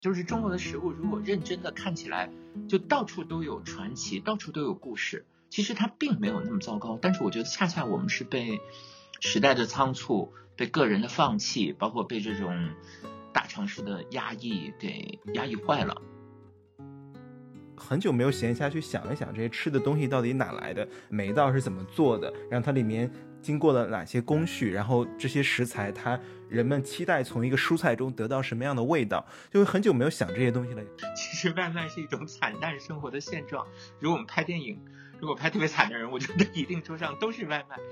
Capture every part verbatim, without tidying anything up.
就是中国的食物如果认真的看起来就到处都有传奇，到处都有故事，其实它并没有那么糟糕。但是我觉得恰恰我们是被时代的仓促，被个人的放弃，包括被这种大城市的压抑给压抑坏了。 很久没有闲下去想一想这些吃的东西到底哪来的，每一道是怎么做的，然后它里面经过了哪些工序，然后这些食材它人们期待从一个蔬菜中得到什么样的味道，就很久没有想这些东西了。 其实外卖是一种惨淡生活的现状。如果我们拍电影，如果拍特别惨的人，我觉得一定桌上都是外卖。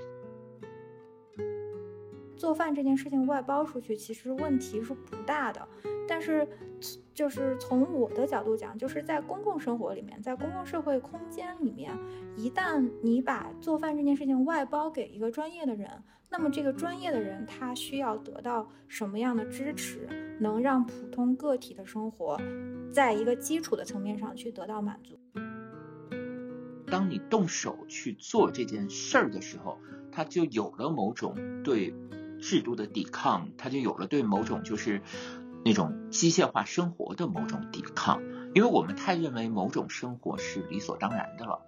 做饭这件事情外包出去其实问题是不大的，但是就是从我的角度讲，就是在公共生活里面，在公共社会空间里面，一旦你把做饭这件事情外包给一个专业的人，那么这个专业的人他需要得到什么样的支持，能让普通个体的生活在一个基础的层面上去得到满足。 当你动手去做这件事儿的时候，它就有了某种对制度的抵抗，它就有了对某种就是那种机械化生活的某种抵抗，因为我们太认为某种生活是理所当然的了。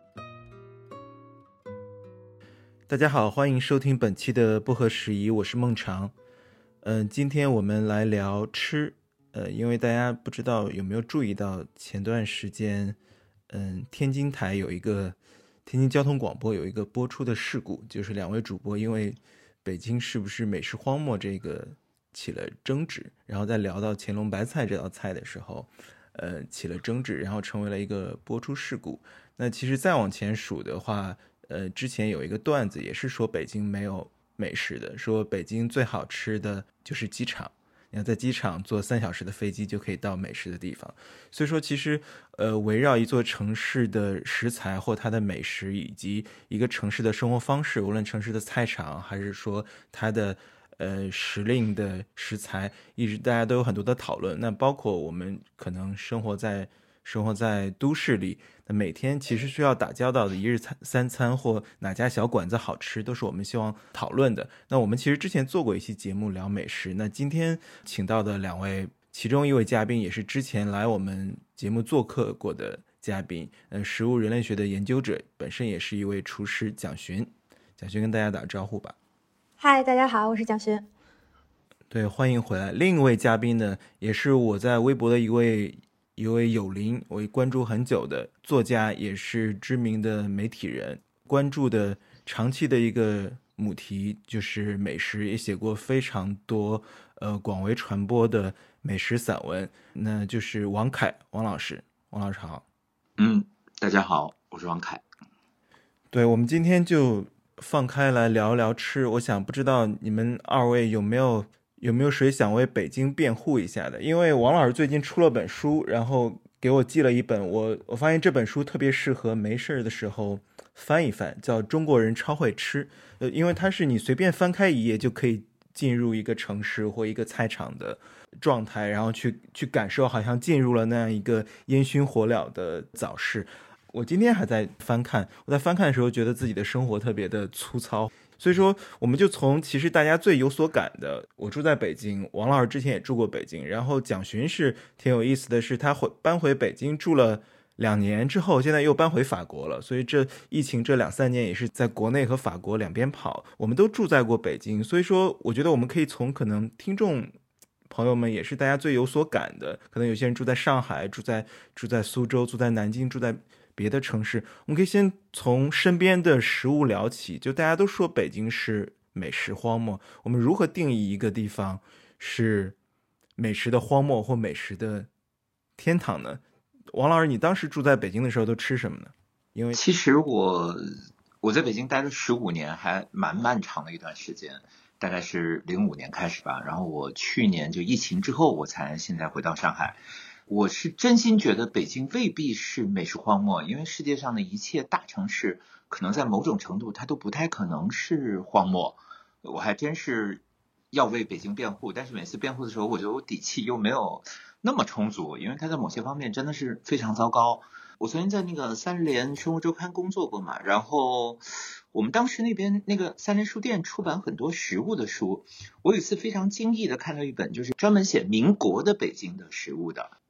大家好，欢迎收听本期的薄荷拾遗，我是孟尝。嗯、呃，今天我们来聊吃。呃，因为大家不知道有没有注意到，前段时间，嗯、呃，天津台有一个天津交通广播有一个播出的事故，就是两位主播因为北京是不是美食荒漠这个起了争执，然后在聊到乾隆白菜这道菜的时候，呃，起了争执，然后成为了一个播出事故。那其实再往前数的话，呃，之前有一个段子也是说北京没有美食的，说北京最好吃的就是机场，你要在机场坐三小时的飞机就可以到美食的地方。所以说其实呃，围绕一座城市的食材或它的美食，以及一个城市的生活方式，无论城市的菜场还是说它的呃时令的食材，一直大家都有很多的讨论。那包括我们可能生活在生活在都市里，那每天其实需要打交道的一日三餐或哪家小馆子好吃，都是我们希望讨论的。那我们其实之前做过一期节目聊美食，那今天请到的两位，其中一位嘉宾也是之前来我们节目做客过的嘉宾，呃，食物人类学的研究者，本身也是一位厨师，蒋勋。蒋勋跟大家打个招呼吧。 嗨，大家好，我是蒋勋。 对，欢迎回来。另一位嘉宾呢，也是我在微博的一位一位友邻，我关注很久的作家，也是知名的媒体人，关注的长期的一个母题就是美食，也写过非常多呃广为传播的美食散文，那就是王凯王老师。王老师好。 嗯，大家好，我是王凯。 对，我们今天就放开来聊一聊吃。我想不知道你们二位有没有有没有谁想为北京辩护一下的？因为王老师最近出了本书，然后给我寄了一本，我我发现这本书特别适合没事的时候翻一翻，叫《中国人超会吃》。呃，因为它是你随便翻开一页就可以进入一个城市或一个菜场的状态，然后去去感受，好像进入了那样一个烟熏火燎的早市。我今天还在翻看，我在翻看的时候觉得自己的生活特别的粗糙，所以说我们就从其实大家最有所感的，我住在北京，王老师之前也住过北京，然后蒋勋是挺有意思的是他回搬回北京住了两年之后，现在又搬回法国了，所以这疫情这两三年也是在国内和法国两边跑，我们都住在过北京，所以说我觉得我们可以从可能听众朋友们也是大家最有所感的，可能有些人住在上海，住在住在苏州，住在南京，住在别的城市，我们可以先从身边的食物聊起。就大家都说北京是美食荒漠，我们如何定义一个地方是美食的荒漠或美食的天堂呢？王老师，你当时住在北京的时候都吃什么呢？因为其实我我在北京待了十五年，还蛮漫长的一段时间，大概是零五年开始吧。然后我去年就疫情之后，我才现在回到上海。我是真心觉得北京未必是美食荒漠，因为世界上的一切大城市可能在某种程度它都不太可能是荒漠。我还真是要为北京辩护，但是每次辩护的时候我觉得我底气又没有那么充足，因为它在某些方面真的是非常糟糕。我曾经在那个三联生活周刊工作过嘛，然后我们当时那边那个三联书店出版很多食物的书，我有一次非常惊异的看到一本就是专门写民国的北京的食物的，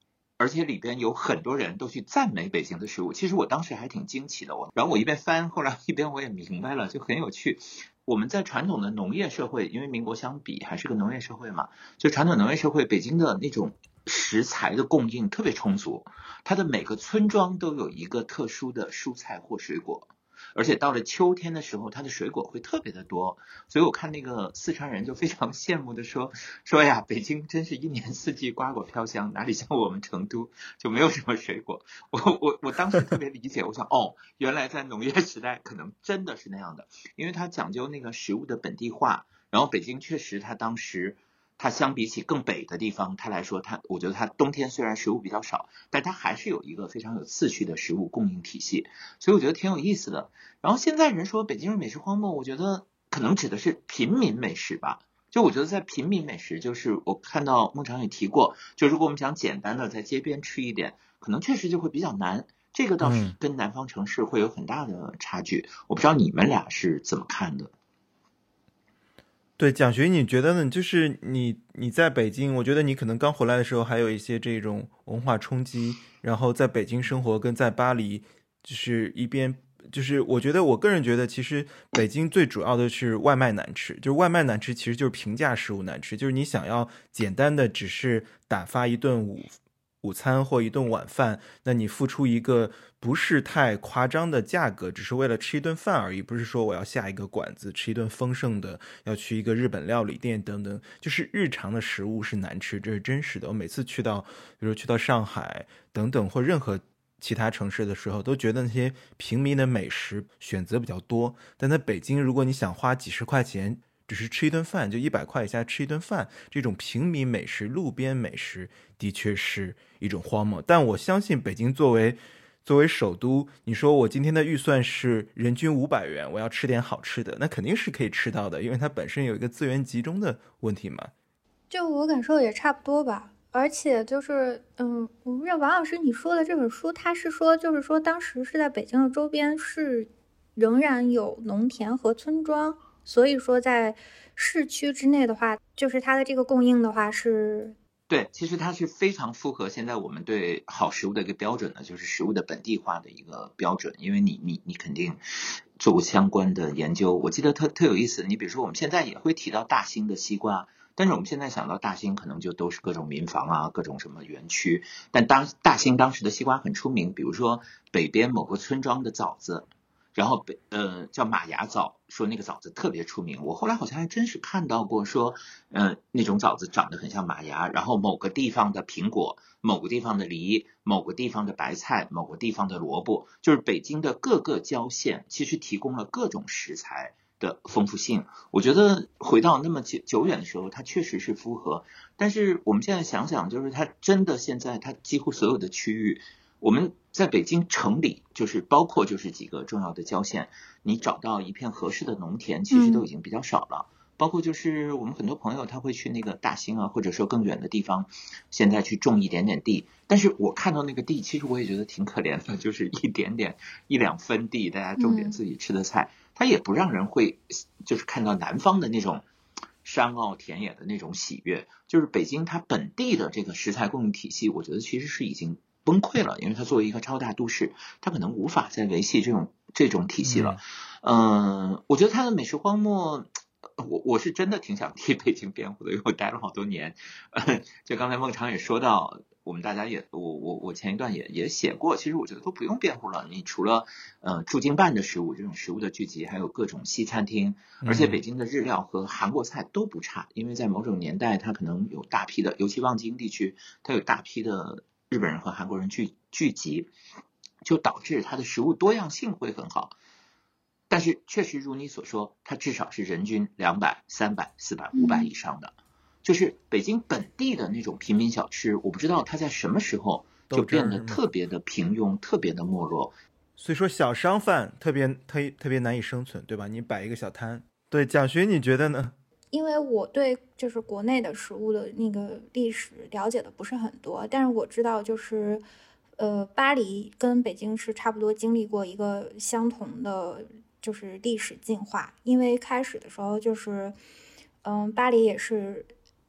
而且里边有很多人都去赞美北京的食物。其实我当时还挺惊奇的，我然后我一边翻，后来一边我也明白了，就很有趣。我们在传统的农业社会，因为民国相比还是个农业社会嘛，就传统农业社会，北京的那种食材的供应特别充足，它的每个村庄都有一个特殊的蔬菜或水果。而且到了秋天的时候，它的水果会特别的多，所以我看那个四川人就非常羡慕的说说呀，北京真是一年四季瓜果飘香，哪里像我们成都就没有什么水果。我我我当时特别理解，我想哦，原来在农业时代可能真的是那样的，因为它讲究那个食物的本地化，然后北京确实它当时。它相比起更北的地方，它来说，它我觉得它冬天虽然食物比较少，但它还是有一个非常有次序的食物供应体系，所以我觉得挺有意思的。然后现在人说北京是美食荒漠，我觉得可能指的是平民美食吧。就我觉得在平民美食，就是我看到孟尝也提过，就如果我们想简单的在街边吃一点，可能确实就会比较难。这个倒是跟南方城市会有很大的差距。我不知道你们俩是怎么看的。 对，蒋学，你觉得呢？就是你你在北京，我觉得你可能刚回来的时候还有一些这种文化冲击，然后在北京生活跟在巴黎，就是一边就是我觉得我个人觉得，其实北京最主要的是外卖难吃，就是外卖难吃其实就是平价食物难吃，就是你想要简单的只是打发一顿午午餐或一顿晚饭，那你付出一个不是太夸张的价格，只是为了吃一顿饭而已，不是说我要下一个馆子吃一顿丰盛的，要去一个日本料理店等等，就是日常的食物是难吃，这是真实的。我每次去到，比如去到上海等等或任何其他城市的时候，都觉得那些平民的美食选择比较多，但在北京，如果你想花几十块钱只是吃一顿饭，就一百块以下吃一顿饭，这种平民美食、路边美食的确是一种荒漠。但我相信北京作为作为首都，你说我今天的预算是人均五百元，我要吃点好吃的，那肯定是可以吃到的，因为它本身有一个资源集中的问题嘛。 就我感受也差不多吧。而且就是，嗯，我不知道王老师你说的这本书，他是说，就是说当时是在北京的周边是仍然有农田和村庄，所以说在市区之内的话，就是它的这个供应的话是。 对，其实它是非常符合现在我们对好食物的一个标准的，就是食物的本地化的一个标准。因为你你你肯定做过相关的研究，我记得特特有意思。你比如说我们现在也会提到大兴的西瓜，但是我们现在想到大兴可能就都是各种民房啊，各种什么园区。但当大兴当时的西瓜很出名，比如说北边某个村庄的枣子。然后北呃叫马牙枣，说那个枣子特别出名。我后来好像还真是看到过说，呃那种枣子长得很像马牙。然后某个地方的苹果，某个地方的梨，某个地方的白菜，某个地方的萝卜，就是北京的各个郊县其实提供了各种食材的丰富性。我觉得回到那么久久远的时候，它确实是符合。但是我们现在想想，就是它真的现在它几乎所有的区域。我们在北京城里，就是包括就是几个重要的郊县，你找到一片合适的农田，其实都已经比较少了。嗯、包括就是我们很多朋友他会去那个大兴啊，或者说更远的地方，现在去种一点点地。但是我看到那个地，其实我也觉得挺可怜的，就是一点点一两分地，大家种点自己吃的菜，嗯、它也不让人会就是看到南方的那种山坳田野的那种喜悦。就是北京它本地的这个食材供应体系，我觉得其实是已经崩溃了，因为它作为一个超大都市，它可能无法再维系这种这种体系了。嗯、呃，我觉得它的美食荒漠，我我是真的挺想替北京辩护的，因为我待了好多年。呃、就刚才孟尝也说到，我们大家也，我我我前一段也也写过，其实我觉得都不用辩护了。你除了呃驻京办的食物这种食物的聚集，还有各种西餐厅，而且北京的日料和韩国菜都不差，因为在某种年代，它可能有大批的，尤其望京地区，它有大批的日本人和韩国人聚聚集，就导致它的食物多样性会很好。但是确实如你所说，它至少是人均两百、三百、四百、五百以上的。嗯、就是北京本地的那种平民小吃，我不知道它在什么时候就变得特别的平庸，特别的没落。 所以说小商贩特别特特别难以生存，对吧？你摆一个小摊。对，蒋学你觉得呢？ 因为我对就是国内的食物的那个历史了解的不是很多，但是我知道就是呃巴黎跟北京是差不多经历过一个相同的就是历史进化。因为开始的时候就是嗯巴黎也是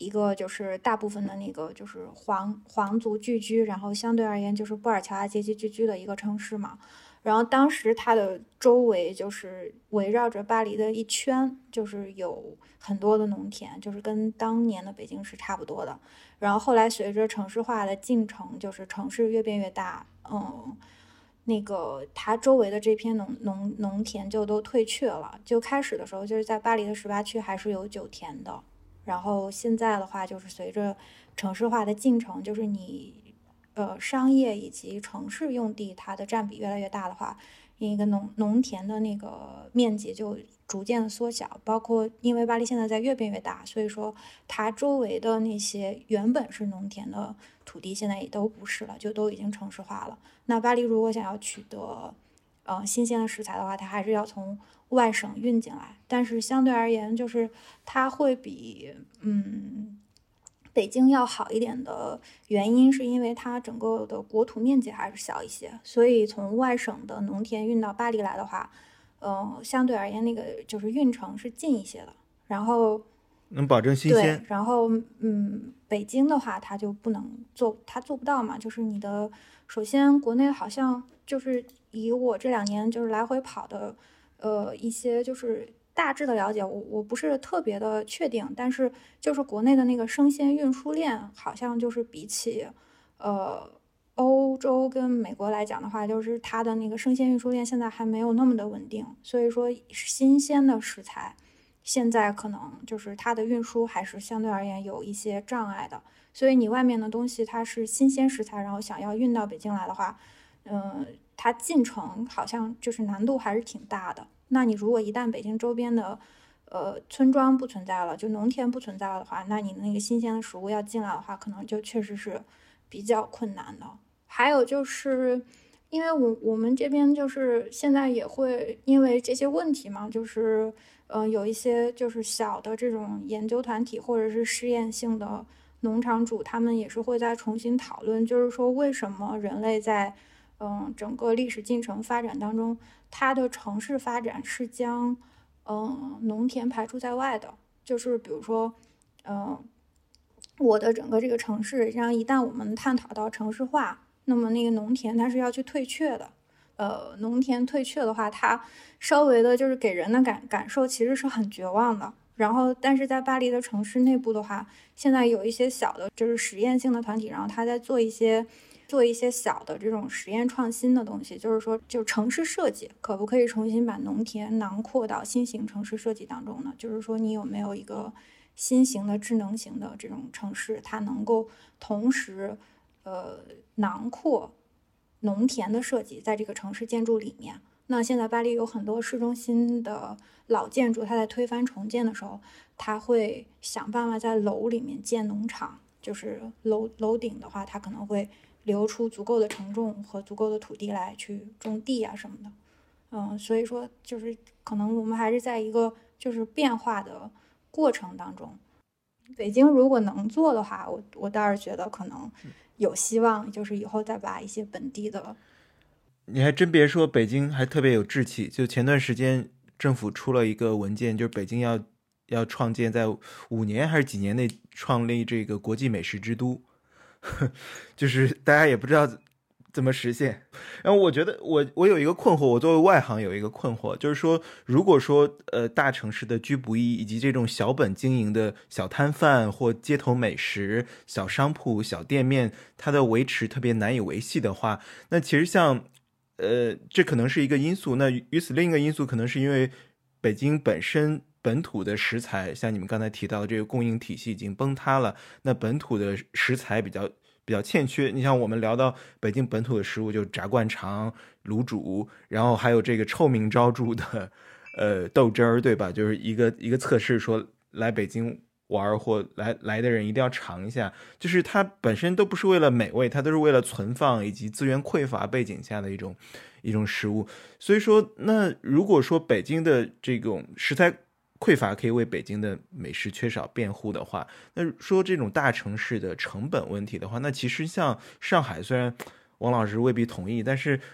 一个就是大部分的那个就是皇皇族聚居，然后相对而言就是布尔乔亚阶级聚居的一个城市嘛。然后当时它的周围就是围绕着巴黎的一圈，就是有很多的农田，就是跟当年的北京是差不多的。然后后来随着城市化的进程，就是城市越变越大，嗯，那个它周围的这片农农农田就都退却了。就开始的时候，就是在巴黎的十八区还是有酒田的。然后现在的话，就是随着城市化的进程，就是你呃商业以及城市用地它的占比越来越大的话，一个农农田的那个面积就逐渐的缩小。包括因为巴黎现在在越变越大，所以说它周围的那些原本是农田的土地现在也都不是了，就都已经城市化了。那巴黎如果想要取得呃新鲜的食材的话，它还是要从外省运进来，但是相对而言，就是它会比嗯北京要好一点的原因，是因为它整个的国土面积还是小一些，所以从外省的农田运到巴黎来的话，呃，相对而言那个就是运程是近一些的，然后能保证新鲜。 对，然后嗯，北京的话它就不能做，它做不到嘛，就是你的首先国内好像就是以我这两年就是来回跑的。呃，一些就是大致的了解，我我不是特别的确定，但是就是国内的那个生鲜运输链，好像就是比起呃欧洲跟美国来讲的话，就是它的那个生鲜运输链现在还没有那么的稳定，所以说新鲜的食材现在可能就是它的运输还是相对而言有一些障碍的，所以你外面的东西它是新鲜食材，然后想要运到北京来的话，嗯、呃，它进程好像就是难度还是挺大的。那你如果一旦北京周边的呃村庄不存在了，就农田不存在了的话，那你那个新鲜的食物要进来的话，可能就确实是比较困难的。还有就是因为我我们这边就是现在也会因为这些问题嘛，就是呃有一些就是小的这种研究团体或者是试验性的农场主，他们也是会再重新讨论，就是说为什么人类在嗯整个历史进程发展当中，它的城市发展是将嗯农田排除在外的。就是比如说嗯我的整个这个城市，然后一旦我们探讨到城市化，那么那个农田它是要去退却的。呃，农田退却的话，它稍微的就是给人的感感受其实是很绝望的。然后，但是在巴黎的城市内部的话，现在有一些小的，就是实验性的团体，然后他在做一些做一些小的这种实验创新的东西，就是说，就城市设计可不可以重新把农田囊括到新型城市设计当中呢？就是说，你有没有一个新型的智能型的这种城市，它能够同时呃囊括农田的设计在这个城市建筑里面。那现在巴黎有很多市中心的老建筑，它在推翻重建的时候，它会想办法在楼里面建农场，就是楼楼顶的话，它可能会留出足够的承重和足够的土地来去种地啊什么的。嗯，所以说就是可能我们还是在一个就是变化的过程当中。北京如果能做的话，我我倒是觉得可能有希望，就是以后再把一些本地的。 你还真别说，北京还特别有志气。就前段时间政府出了一个文件，就是北京要要创建在五年还是几年内创立这个国际美食之都，就是大家也不知道怎么实现。然后我觉得我我有一个困惑，我作为外行有一个困惑，就是说，如果说呃大城市的居不易以及这种小本经营的小摊贩或街头美食、小商铺、小店面，它的维持特别难以维系的话，那其实像呃这可能是一个因素。那与此另一个因素可能是因为北京本身本土的食材，像你们刚才提到的这个供应体系已经崩塌了，那本土的食材比较比较欠缺。你像我们聊到北京本土的食物，就炸灌肠、卤煮，然后还有这个臭名昭著的呃豆汁儿，对吧？就是一个一个测试说来北京玩或来来的人一定要尝一下，就是它本身都不是为了美味，它都是为了存放以及资源匮乏背景下的一种一种食物。所以说，那如果说北京的这种食材匮乏可以为北京的美食缺少辩护的话，那说这种大城市的成本问题的话，那其实像上海，虽然王老师未必同意，但是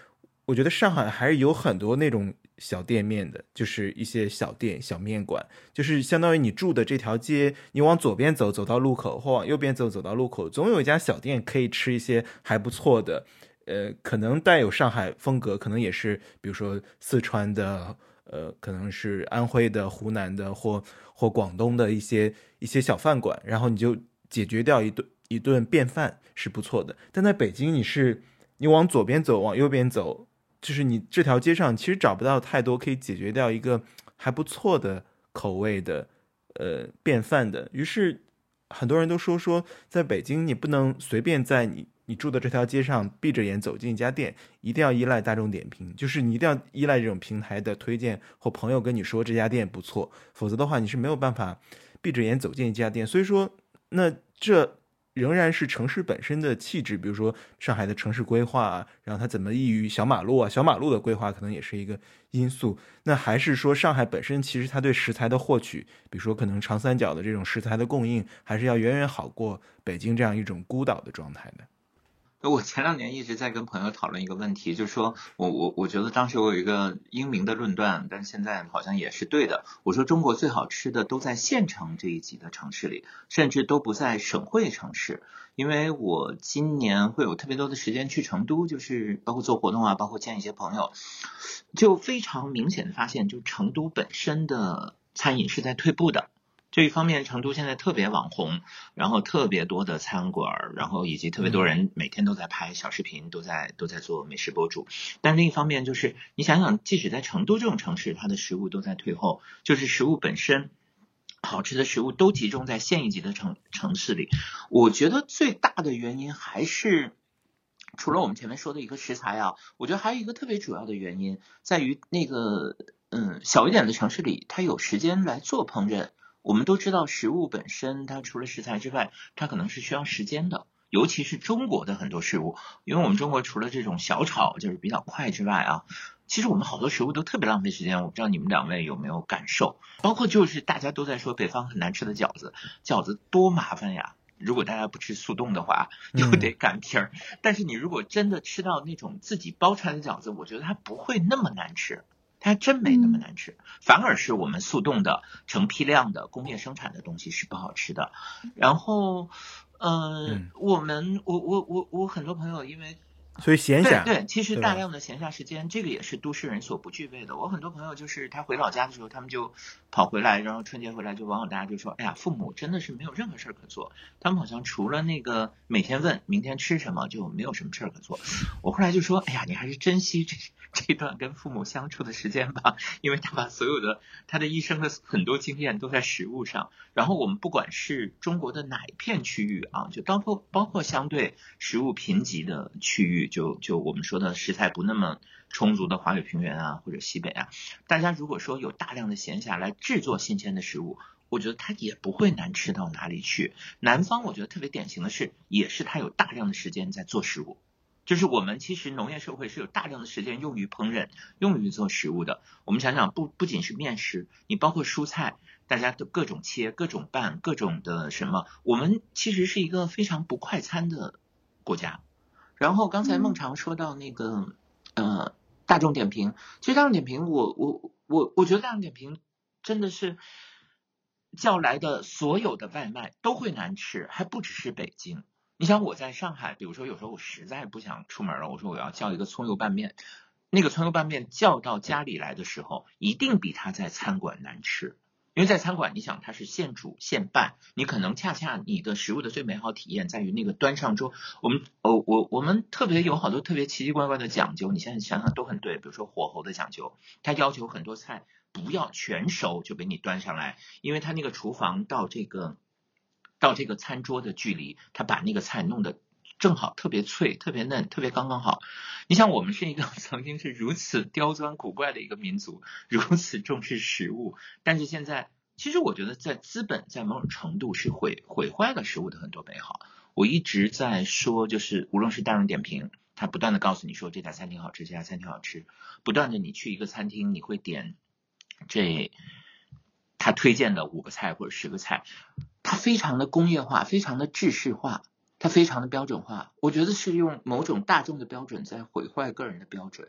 我觉得上海还是有很多那种小店面的，就是一些小店小面馆，就是相当于你住的这条街，你往左边走走到路口，或往右边走走到路口，总有一家小店可以吃一些还不错的，呃，可能带有上海风格，可能也是比如说四川的，呃，可能是安徽的、湖南的或或广东的一些一些小饭馆，然后你就解决掉一顿一顿便饭是不错的。但在北京，你是你往左边走，往右边走，就是你这条街上其实找不到太多可以解决掉一个还不错的口味的呃便饭的。于是很多人都说说，在北京你不能随便在你你住的这条街上闭着眼走进一家店，一定要依赖大众点评，就是你一定要依赖这种平台的推荐或朋友跟你说这家店不错，否则的话你是没有办法闭着眼走进一家店。所以说，那这仍然是城市本身的气质，比如说上海的城市规划啊，然后它怎么易于小马路啊，小马路的规划可能也是一个因素。那还是说上海本身其实它对食材的获取，比如说可能长三角的这种食材的供应，还是要远远好过北京这样一种孤岛的状态的。 我前两年一直在跟朋友讨论一个问题，就是说我我我觉得当时我有一个英明的论断，但现在好像也是对的。我说中国最好吃的都在县城这一级的城市里，甚至都不在省会城市。因为我今年会有特别多的时间去成都，就是包括做活动啊，包括见一些朋友，就非常明显的发现，就成都本身的餐饮是在退步的。这一方面，成都现在特别网红，然后特别多的餐馆，然后以及特别多人每天都在拍小视频，都在都在做美食博主。但另一方面，就是你想想，即使在成都这种城市，它的食物都在退后，就是食物本身好吃的食物都集中在县一级的城城市里。我觉得最大的原因还是，除了我们前面说的一个食材啊，我觉得还有一个特别主要的原因在于那个嗯小一点的城市里，它有时间来做烹饪。我们都知道食物本身它除了食材之外，它可能是需要时间的，尤其是中国的很多食物，因为我们中国除了这种小炒就是比较快之外啊，其实我们好多食物都特别浪费时间。我不知道你们两位有没有感受，包括就是大家都在说北方很难吃的饺子，饺子多麻烦呀，如果大家不吃速冻的话就得擀皮儿、嗯、但是你如果真的吃到那种自己包出来的饺子，我觉得它不会那么难吃，它真没那么难吃、嗯、反而是我们速冻的成批量的工业生产的东西是不好吃的。然后呃、嗯、我们我我我我很多朋友因为所以闲暇， 对对，其实大量的闲暇时间，这个也是都市人所不具备的。我很多朋友就是他回老家的时候，他们就跑回来，然后春节回来就往往大家就说，哎呀，父母真的是没有任何事可做，他们好像除了那个每天问明天吃什么，就没有什么事可做。我后来就说，哎呀，你还是珍惜这这段跟父母相处的时间吧，因为他把所有的他的一生的很多经验都在食物上。然后我们不管是中国的哪一片区域啊，就包括包括相对食物贫瘠的区域，就就我们说的食材不那么充足的华北平原啊或者西北啊，大家如果说有大量的闲暇来制作新鲜的食物，我觉得它也不会难吃到哪里去。南方我觉得特别典型的是，也是它有大量的时间在做食物，就是我们其实农业社会是有大量的时间用于烹饪，用于做食物的。我们想想，不不仅是面食，你包括蔬菜，大家都各种切、各种拌、各种的什么，我们其实是一个非常不快餐的国家。然后刚才孟尝说到那个呃大众点评，其实大众点评我我我我觉得大众点评真的是叫来的所有的外卖都会难吃，还不只是北京。你想我在上海，比如说有时候我实在不想出门了，我说我要叫一个葱油拌面，那个葱油拌面叫到家里来的时候，一定比它在餐馆难吃。因为在餐馆你想它是现煮现拌，你可能恰恰你的食物的最美好体验在于那个端上桌。我们哦我我们特别有好多特别奇奇怪怪的讲究，你现在想想都很对。比如说火候的讲究，它要求很多菜不要全熟就给你端上来，因为它那个厨房到这个到这个餐桌的距离，它把那个菜弄得正好特别脆特别嫩特别刚刚好。你想我们是一个曾经是如此刁钻古怪的一个民族，如此重视食物，但是现在其实我觉得在资本在某种程度是毁毁坏了食物的很多美好。我一直在说，就是无论是大众点评，它不断的告诉你说这家餐厅好吃这家餐厅好吃，不断的你去一个餐厅你会点这他推荐的五个菜或者十个菜，它非常的工业化非常的制式化，它非常的标准化，我觉得是用某种大众的标准在毁坏个人的标准。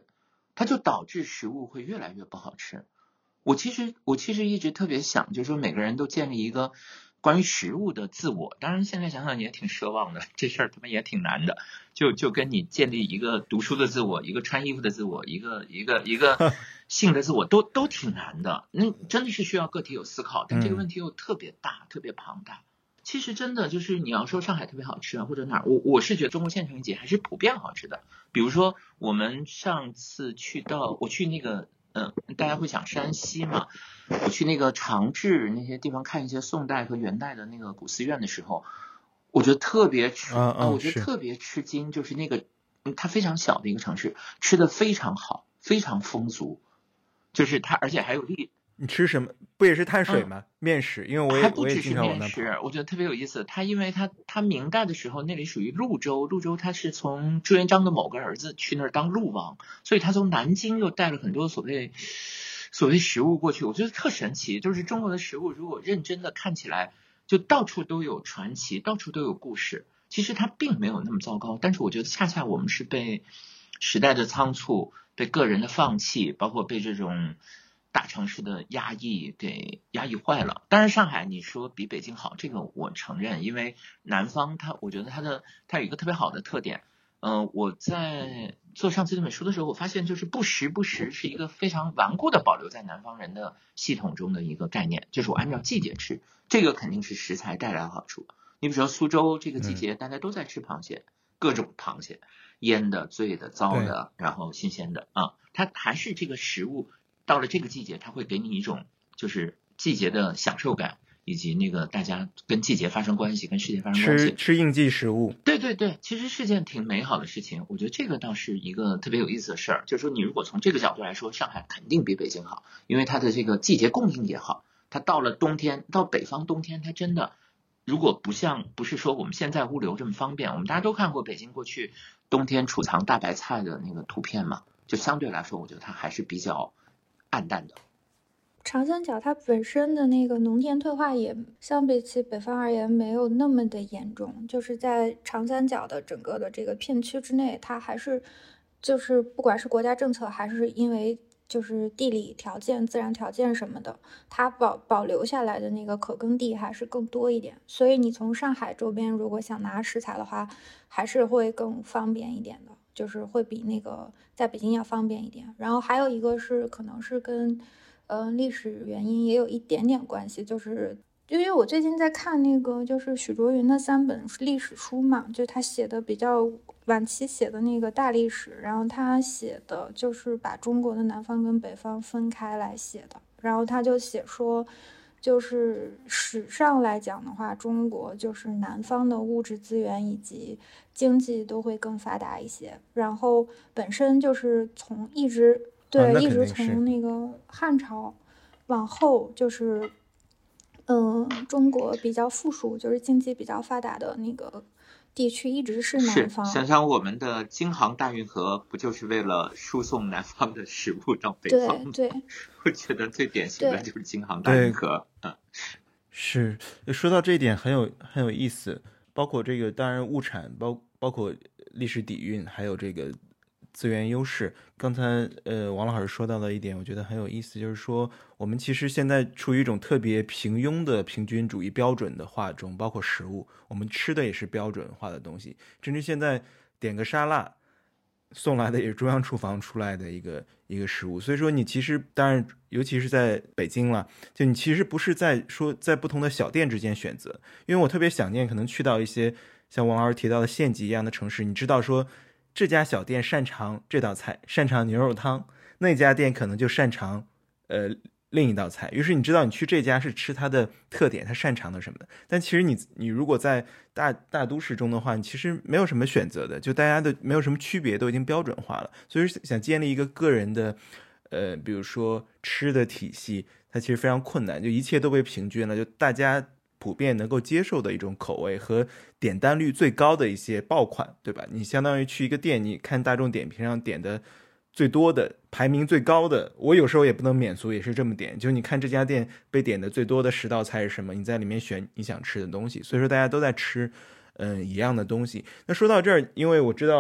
它就导致食物会越来越不好吃。我其实我其实一直特别想，就是说每个人都建立一个关于食物的自我。当然现在想想也挺奢望的，这事儿他妈也挺难的。就就跟你建立一个读书的自我，一个穿衣服的自我，一个一个一个性的自我，都都挺难的。那真的是需要个体有思考，但这个问题又特别大，特别庞大。其实真的就是你要说上海特别好吃啊，或者哪儿，我我是觉得中国县城节还是普遍好吃的。比如说我们上次去到我去那个嗯，大家会讲山西嘛，我去那个长治那些地方看一些宋代和元代的那个古寺院的时候，我觉得特别吃啊啊， 我觉得特别吃惊，就是那个嗯它非常小的一个城市，吃的非常好，非常丰足，就是它而且还有历。 你吃什么？不也是碳水吗？嗯、面食，因为我也还不只是面食， 我觉得特别有意思。它因为它它明代的时候那里属于潞州，潞州它是从朱元璋的某个儿子去那儿当潞王，所以他从南京又带了很多所谓所谓食物过去。我觉得特神奇，就是中国的食物如果认真的看起来，就到处都有传奇，到处都有故事。其实它并没有那么糟糕，但是我觉得恰恰我们是被时代的仓促、被个人的放弃，包括被这种大城市的压抑给压抑坏了。当然上海你说比北京好，这个我承认，因为南方它我觉得它的它有一个特别好的特点。嗯、呃，我在做上次这本书的时候，我发现就是不时不时是一个非常顽固的保留在南方人的系统中的一个概念，就是我按照季节吃，这个肯定是食材带来的好处。你比如说苏州这个季节大家都在吃螃蟹、嗯、各种螃蟹，腌的、醉的、糟的，然后新鲜的啊，它还是这个食物到了这个季节，它会给你一种就是季节的享受感，以及那个大家跟季节发生关系，跟世界发生关系。 吃吃应季食物， 对对对，其实是件挺美好的事情。我觉得这个倒是一个特别有意思的事儿，就是说你如果从这个角度来说，上海肯定比北京好，因为它的这个季节供应也好。它到了冬天，到北方冬天，它真的如果不像不是说我们现在物流这么方便，我们大家都看过北京过去冬天储藏大白菜的那个图片嘛，就相对来说，我觉得它还是比较暗淡的。 长三角它本身的那个农田退化也相比起北方而言没有那么的严重，就是在长三角的整个的这个片区之内，它还是就是不管是国家政策还是因为就是地理条件、自然条件什么的，它保保留下来的那个可耕地还是更多一点，所以你从上海周边如果想拿食材的话，还是会更方便一点的，就是会比那个在北京要方便一点。然后还有一个是可能是跟嗯、呃、历史原因也有一点点关系，就是因为我最近在看那个就是许卓云的三本历史书嘛，就他写的比较晚期写的那个大历史，然后他写的就是把中国的南方跟北方分开来写的，然后他就写说就是史上来讲的话，中国就是南方的物质资源以及经济都会更发达一些，然后本身就是从一直对、 啊、 一直从那个汉朝往后就是嗯，中国比较富庶，就是经济比较发达的那个地区一直是南方。 是，想想我们的京杭大运河不就是为了输送南方的食物到北方吗？ 对对， 我觉得最典型的就是京杭大运河。嗯， 是，说到这一点很有很有意思，包括这个当然物产，包包括历史底蕴，还有这个资源优势。刚才呃王老师说到的一点我觉得很有意思，就是说我们其实现在处于一种特别平庸的平均主义标准的化中，包括食物，我们吃的也是标准化的东西，甚至现在点个沙拉送来的也是中央厨房出来的一个一个食物。所以说你其实当然尤其是在北京了，就你其实不是在说在不同的小店之间选择，因为我特别想念可能去到一些像王老师提到的县级一样的城市，你知道说这家小店擅长这道菜，擅长牛肉汤，那家店可能就擅长呃另一道菜，于是你知道你去这家是吃它的特点，它擅长的什么的。但其实你你如果在大大都市中的话，你其实没有什么选择的，就大家的没有什么区别，都已经标准化了。所以想建立一个个人的呃比如说吃的体系，它其实非常困难，就一切都被平均了，就大家普遍能够接受的一种口味和点单率最高的一些爆款，对吧？你相当于去一个店，你看大众点评上点的最多的排名最高的，我有时候也不能免俗，也是这么点，就你看这家店被点的最多的十道菜是什么，你在里面选你想吃的东西。所以说大家都在吃嗯一样的东西。那说到这儿，因为我知道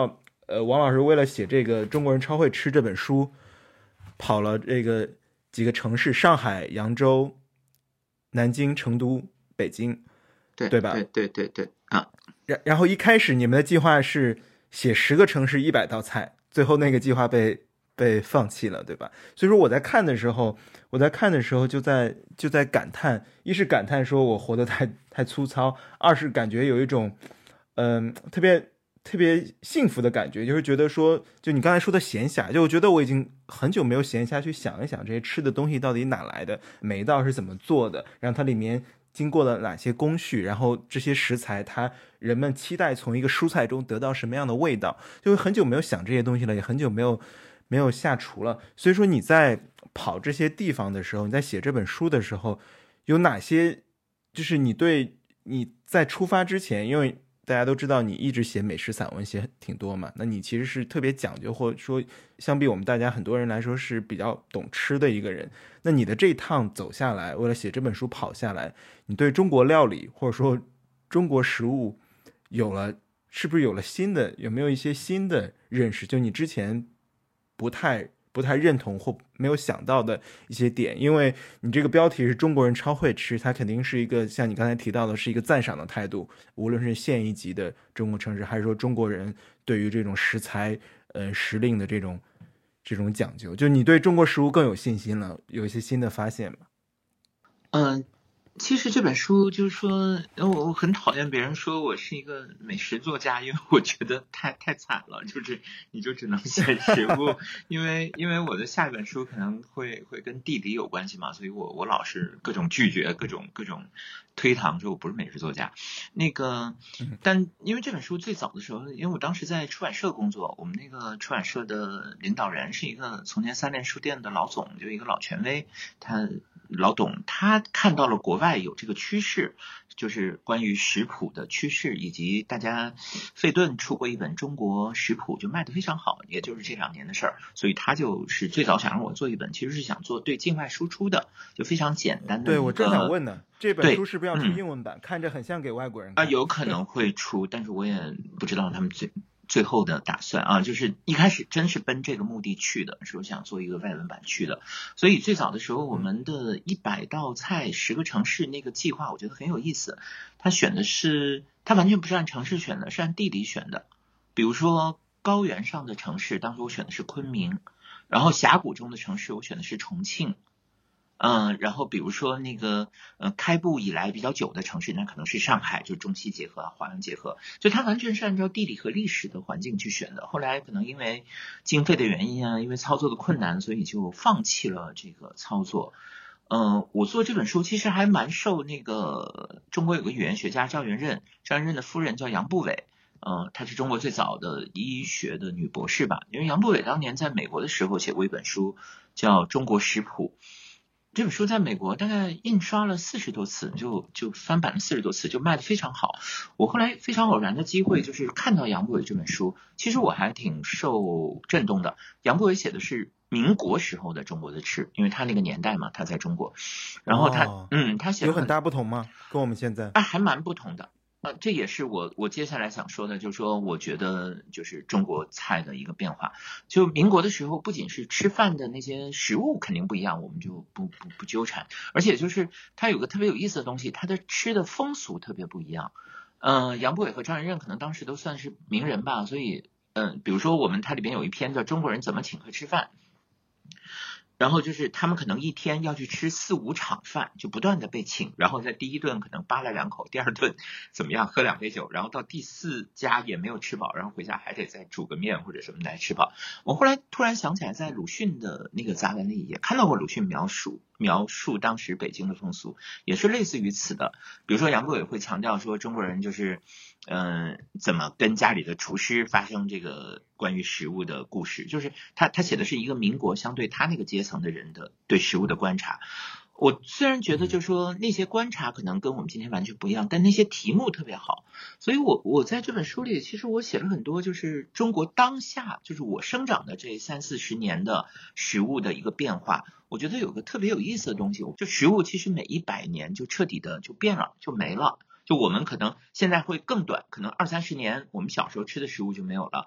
呃，王老师为了写这个《中国人超会吃》这本书，跑了这个几个城市：上海、扬州、南京、成都、北京， 对对吧？ 对对对对啊。 然然后一开始你们的计划是写十个城市一百道菜，最后那个计划被被放弃了，对吧？所以说我在看的时候，我在看的时候就在就在感叹，一是感叹说我活得太太粗糙，二是感觉有一种嗯、呃、特别特别幸福的感觉，就是觉得说，就你刚才说的闲暇，就我觉得我已经很久没有闲暇去想一想这些吃的东西到底哪来的，每一道是怎么做的，然后它里面经过了哪些工序，然后这些食材它人们期待从一个蔬菜中得到什么样的味道，就很久没有想这些东西了，也很久没有没有下厨了。所以说你在跑这些地方的时候，你在写这本书的时候，有哪些就是你对你在出发之前，因为大家都知道你一直写美食散文写挺多嘛，那你其实是特别讲究，或者说相比我们大家很多人来说是比较懂吃的一个人。那你的这一趟走下来，为了写这本书跑下来，你对中国料理或者说中国食物有了是不是有了新的，有没有一些新的认识，就你之前不太不太认同或没有想到的一些点？因为你这个标题是中国人超会吃，它肯定是一个像你刚才提到的是一个赞赏的态度，无论是县一级的中国城市，还是说中国人对于这种食材呃时令的这种这种讲究，就你对中国食物更有信心了，有一些新的发现吗？ 嗯，其实这本书就是说，我我很讨厌别人说我是一个美食作家，因为我觉得太太惨了，就是你就只能写食物，因为因为我的下一本书可能会会跟地理有关系嘛，所以我我老是各种拒绝，各种各种推搪，说我不是美食作家。那个，但因为这本书最早的时候，因为我当时在出版社工作，我们那个出版社的领导人是一个从前三联书店的老总，就一个老权威，他。老董他看到了国外有这个趋势，就是关于食谱的趋势，以及大家费顿出过一本中国食谱就卖得非常好，也就是这两年的事儿，所以他就是最早想让我做一本，其实是想做对境外输出的，就非常简单的。 对，我正想问呢，这本书是不是要出英文版？嗯、看着很像给外国人看啊，有可能会出，但是我也不知道他们最。最后的打算啊，就是一开始真是奔这个目的去的，是我想做一个外文版去的。所以最早的时候，我们的一百道菜十个城市那个计划，我觉得很有意思。他选的是，他完全不是按城市选的，是按地理选的。比如说高原上的城市，当时我选的是昆明，然后峡谷中的城市，我选的是重庆。嗯，然后比如说那个呃开埠以来比较久的城市，那可能是上海，就中西结合、华洋结合，就它完全是按照地理和历史的环境去选的。后来可能因为经费的原因啊，因为操作的困难，所以就放弃了这个操作。嗯、呃，我做这本书其实还蛮受那个中国有个语言学家赵元任，赵元任的夫人叫杨步伟。呃，她是中国最早的医学的女博士吧？因为杨步伟当年在美国的时候写过一本书，叫《中国食谱》。这本书在美国大概印刷了四十多次，就就翻版了四十多次，就卖得非常好。我后来非常偶然的机会就是看到杨步伟这本书，其实我还挺受震动的。杨步伟写的是民国时候的中国的吃，因为他那个年代嘛，他在中国，然后他、哦、嗯，他写有很大不同吗？跟我们现在啊，还蛮不同的。呃，这也是我我接下来想说的，就是说，我觉得就是中国菜的一个变化。就民国的时候，不仅是吃饭的那些食物肯定不一样，我们就不不不纠缠，而且就是它有个特别有意思的东西，它的吃的风俗特别不一样。呃，杨步伟和张元任可能当时都算是名人吧，所以嗯、呃，比如说我们它里边有一篇叫《中国人怎么请客吃饭》。然后就是他们可能一天要去吃四五场饭，就不断的被请，然后在第一顿可能扒了两口，第二顿怎么样喝两杯酒，然后到第四家也没有吃饱，然后回家还得再煮个面或者什么来吃饱。我后来突然想起来，在鲁迅的那个杂文里也看到过鲁迅描述描述当时北京的风俗，也是类似于此的。比如说杨步伟会强调说中国人就是嗯、呃，怎么跟家里的厨师发生这个关于食物的故事，就是他他写的是一个民国相对他那个阶层的人的对食物的观察。我虽然觉得就是说那些观察可能跟我们今天完全不一样，但那些题目特别好，所以我我在这本书里其实我写了很多就是中国当下就是我生长的这三四十年的食物的一个变化。我觉得有个特别有意思的东西，就食物其实每一百年就彻底的就变了，就没了。就我们可能现在会更短，可能二三十年我们小时候吃的食物就没有了，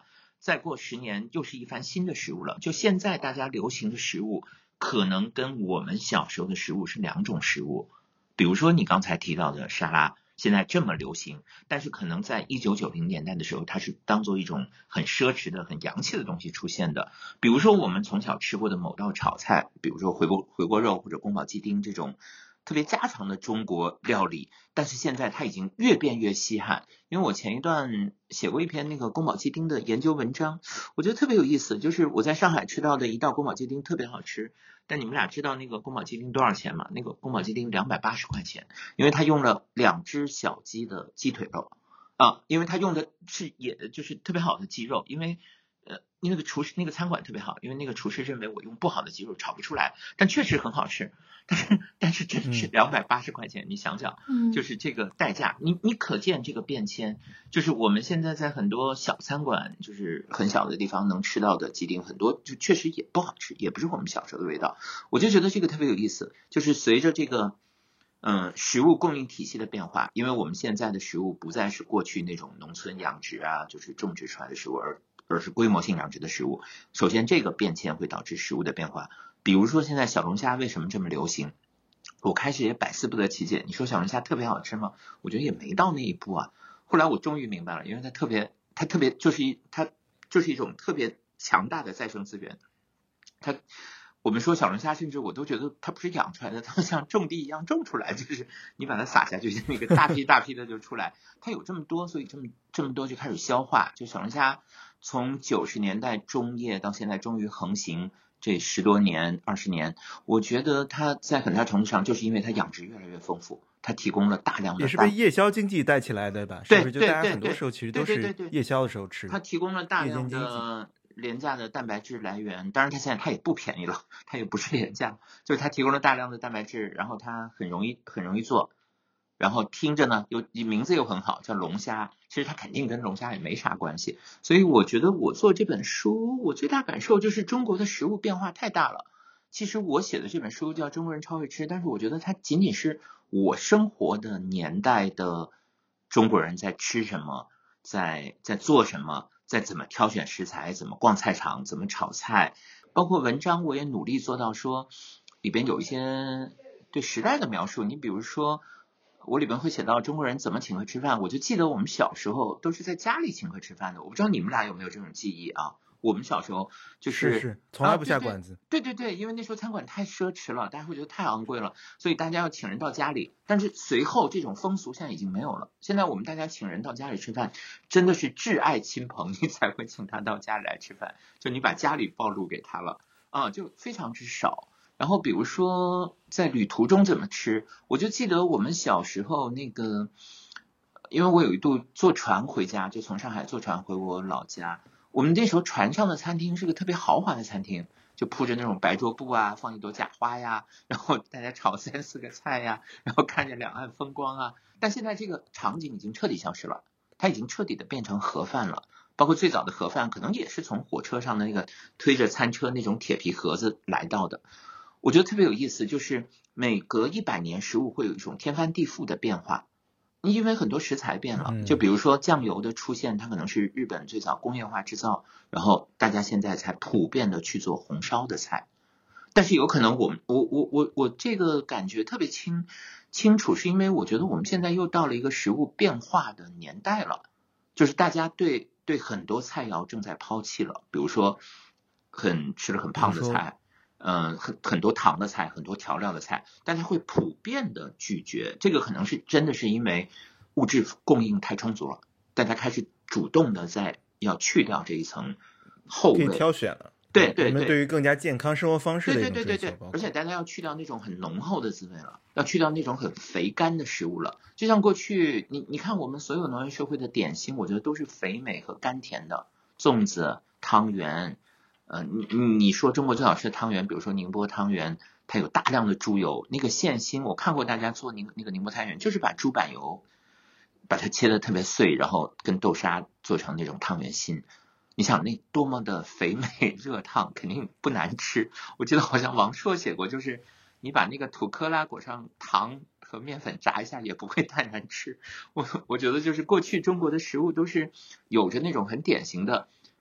再过十年又是一番新的食物了。就现在大家流行的食物，可能跟我们小时候的食物是两种食物。比如说你刚才提到的沙拉，现在这么流行，但是可能在一九九零年代的时候，它是当做一种很奢侈的、很洋气的东西出现的。比如说我们从小吃过的某道炒菜，比如说回锅回锅肉或者宫保鸡丁这种特别家常的中国料理，但是现在它已经越变越稀罕。因为我前一段写过一篇那个宫保鸡丁的研究文章，我觉得特别有意思，就是我在上海吃到的一道宫保鸡丁特别好吃，但你们俩知道那个宫保鸡丁多少钱吗？那个宫保鸡丁两百八十块钱，因为它用了两只小鸡的鸡腿肉啊，因为它用的是也就是特别好的鸡肉，因为呃那个厨师那个餐馆特别好，因为那个厨师认为我用不好的鸡肉炒不出来，但确实很好吃。但是但是真是两百八十块钱，嗯，你想想，就是这个代价，你你可见这个变迁。就是我们现在在很多小餐馆，就是很小的地方能吃到的鸡丁，很多就确实也不好吃，也不是我们小时候的味道。我就觉得这个特别有意思，就是随着这个嗯食物供应体系的变化，因为我们现在的食物不再是过去那种农村养殖啊，就是种植出来的食物，而而是规模性养殖的食物。首先这个变迁会导致食物的变化。比如说现在小龙虾为什么这么流行，我开始也百思不得其解。你说小龙虾特别好吃吗？我觉得也没到那一步啊。后来我终于明白了，因为它特别它特别就是一它就是一种特别强大的再生资源。它我们说小龙虾，甚至我都觉得它不是养出来的，它像种地一样种出来，就是你把它撒下去，那个大批大批的就出来。它有这么多，所以这么这么多就开始消化。就小龙虾从九十年代中叶到现在终于横行这十多年二十年，我觉得它在很大程度上就是因为它养殖越来越丰富，它提供了大量的， 也是被夜宵经济带起来的吧？ 对， 是不是？就大家很多时候其实都是夜宵的时候吃。 它提供了大量的廉价的蛋白质来源，当然它现在它也不便宜了，它也不是廉价，就是它提供了大量的蛋白质，然后它很容易很容易做。然后听着呢，又名字又很好，叫龙虾，其实它肯定跟龙虾也没啥关系。所以我觉得我做这本书，我最大感受就是中国的食物变化太大了。其实我写的这本书叫《中国人超会吃》，但是我觉得它仅仅是我生活的年代的中国人在吃什么，在在做什么，在怎么挑选食材，怎么逛菜场，怎么炒菜，包括文章我也努力做到说里边有一些对时代的描述。你比如说我里边会写到中国人怎么请客吃饭，我就记得我们小时候都是在家里请客吃饭的。我不知道你们俩有没有这种记忆啊？我们小时候就是是是从来不下馆子、 啊、对, 对对对，因为那时候餐馆太奢侈了，大家会觉得太昂贵了，所以大家要请人到家里。但是随后这种风俗现在已经没有了，现在我们大家请人到家里吃饭真的是挚爱亲朋你才会请他到家里来吃饭，就你把家里暴露给他了啊，就非常之少。然后比如说在旅途中怎么吃，我就记得我们小时候那个，因为我有一度坐船回家，就从上海坐船回我老家，我们那时候船上的餐厅是个特别豪华的餐厅，就铺着那种白桌布啊，放一朵假花呀，然后大家炒三四个菜呀，然后看着两岸风光啊。但现在这个场景已经彻底消失了，它已经彻底的变成盒饭了。包括最早的盒饭可能也是从火车上的那个推着餐车那种铁皮盒子来到的。我觉得特别有意思，就是每隔一百年食物会有一种天翻地覆的变化，因为很多食材变了。就比如说酱油的出现，它可能是日本最早工业化制造，然后大家现在才普遍的去做红烧的菜。但是有可能我们我我我我这个感觉特别清清楚，是因为我觉得我们现在又到了一个食物变化的年代了，就是大家对对很多菜肴正在抛弃了，比如说很吃了很胖的菜。嗯，很很多糖的菜，很多调料的菜，大家会普遍的拒绝。这个可能是真的是因为物质供应太充足了，大家开始主动的在要去掉这一层后味， 可以挑选了。 对对对， 我们对于更加健康生活方式的一种追求。 对对对对对，而且大家要去掉那种很浓厚的滋味了，要去掉那种很肥甘的食物了。就像过去，你你看我们所有农业社会的点心，我觉得都是肥美和甘甜的，粽子、汤圆。呃，你你说中国最好吃的汤圆，比如说宁波汤圆，它有大量的猪油，那个馅心，我看过大家做宁那个宁波汤圆，就是把猪板油把它切得特别碎，然后跟豆沙做成那种汤圆心。你想那多么的肥美热烫，肯定不难吃。我记得好像王朔写过，就是你把那个土坷拉裹上糖和面粉炸一下，也不会太难吃。我我觉得就是过去中国的食物都是有着那种很典型的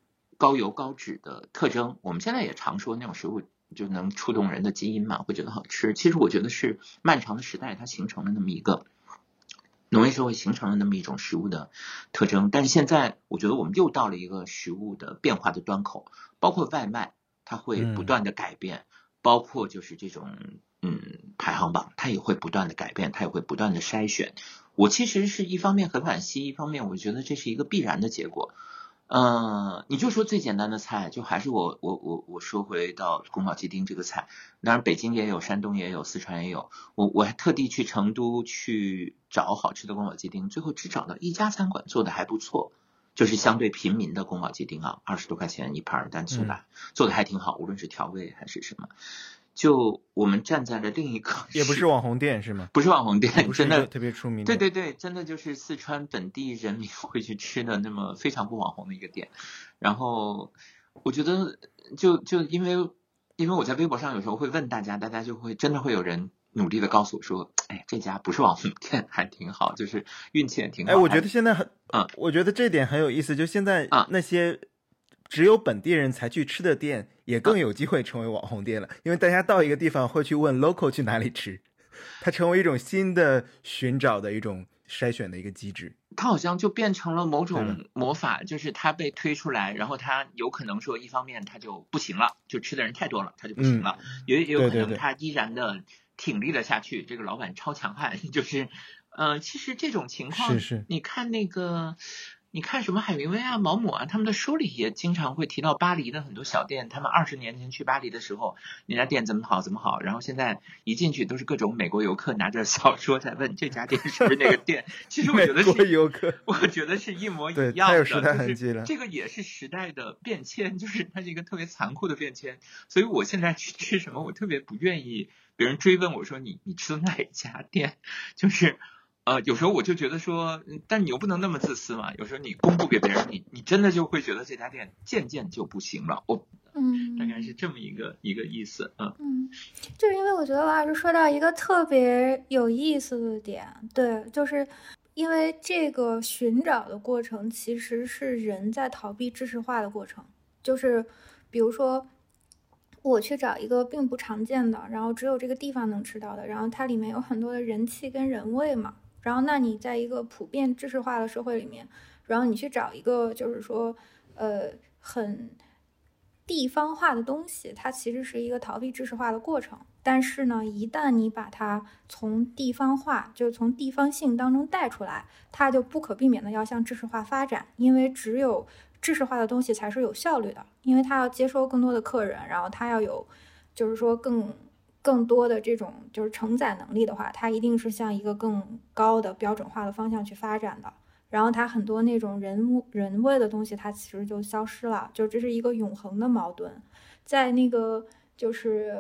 高油高脂的特征。我们现在也常说那种食物就能触动人的基因嘛，会觉得好吃。其实我觉得是漫长的时代它形成了那么一个农业社会形成了那么一种食物的特征。但是现在我觉得我们又到了一个食物的变化的端口，包括外卖它会不断的改变、嗯、包括就是这种嗯排行榜它也会不断的改变，它也会不断的筛选。我其实是一方面很惋惜，一方面我觉得这是一个必然的结果。嗯，你就说最简单的菜，就还是我我我我说回到宫保鸡丁这个菜，当然北京也有，山东也有，四川也有。我我还特地去成都去找好吃的宫保鸡丁，最后只找到一家餐馆做的还不错，就是相对平民的宫保鸡丁啊，二十多块钱一盘单素的、嗯，做的还挺好，无论是调味还是什么。就我们站在了另一个， 也不是网红店是吗？ 不是网红店，真的特别出名的。 对对对，真的就是四川本地人民会去吃的那么非常不网红的一个店。然后我觉得就就因为因为我在微博上有时候会问大家，大家就会真的会有人努力的告诉我说，哎，这家不是网红店，还挺好，就是运气也挺好。 哎，我觉得现在很， 嗯， 我觉得这点很有意思，就现在那些只有本地人才去吃的店，也更有机会成为网红店了，因为大家到一个地方会去问 local 去哪里吃，它成为一种新的寻找的一种筛选的一个机制。 它好像就变成了某种魔法，就是它被推出来，然后它有可能说一方面它就不行了，就吃的人太多了，它就不行了，嗯、也也有可能它依然的挺立了下去。对对对，这个老板超强悍，就是呃，其实这种情况， 是是， 你看那个。你看什么海明威啊、毛姆啊，他们的书里也经常会提到巴黎的很多小店，他们二十年前去巴黎的时候，那家店怎么好怎么好，然后现在一进去都是各种美国游客拿着小说在问这家店是不是那个店。其实我觉得是美国游客， 我觉得是一模一样的， 对，它有时代痕迹了。 这个也是时代的变迁，就是它是一个特别残酷的变迁。所以我现在去吃什么，我特别不愿意别人追问我说你你吃的哪一家店，就是。呃，有时候我就觉得说，但你又不能那么自私嘛。有时候你公布给别人，你你真的就会觉得这家店渐渐就不行了。我， 嗯， 大概是这么一个一个意思。嗯嗯，就是因为我觉得王老师说到一个特别有意思的点，对，就是因为这个寻找的过程其实是人在逃避知识化的过程，就是比如说。我去找一个并不常见的，然后只有这个地方能吃到的，然后它里面有很多的人气跟人味嘛。然后那你在一个普遍知识化的社会里面，然后你去找一个就是说，呃，很地方化的东西，它其实是一个逃避知识化的过程。但是呢，一旦你把它从地方化，就是从地方性当中带出来，它就不可避免的要向知识化发展，因为只有知识化的东西才是有效率的，因为它要接收更多的客人，然后它要有，就是说更更多的这种就是承载能力的话，它一定是向一个更高的标准化的方向去发展的。然后它很多那种人人味的东西，它其实就消失了，就这是一个永恒的矛盾。在那个就是，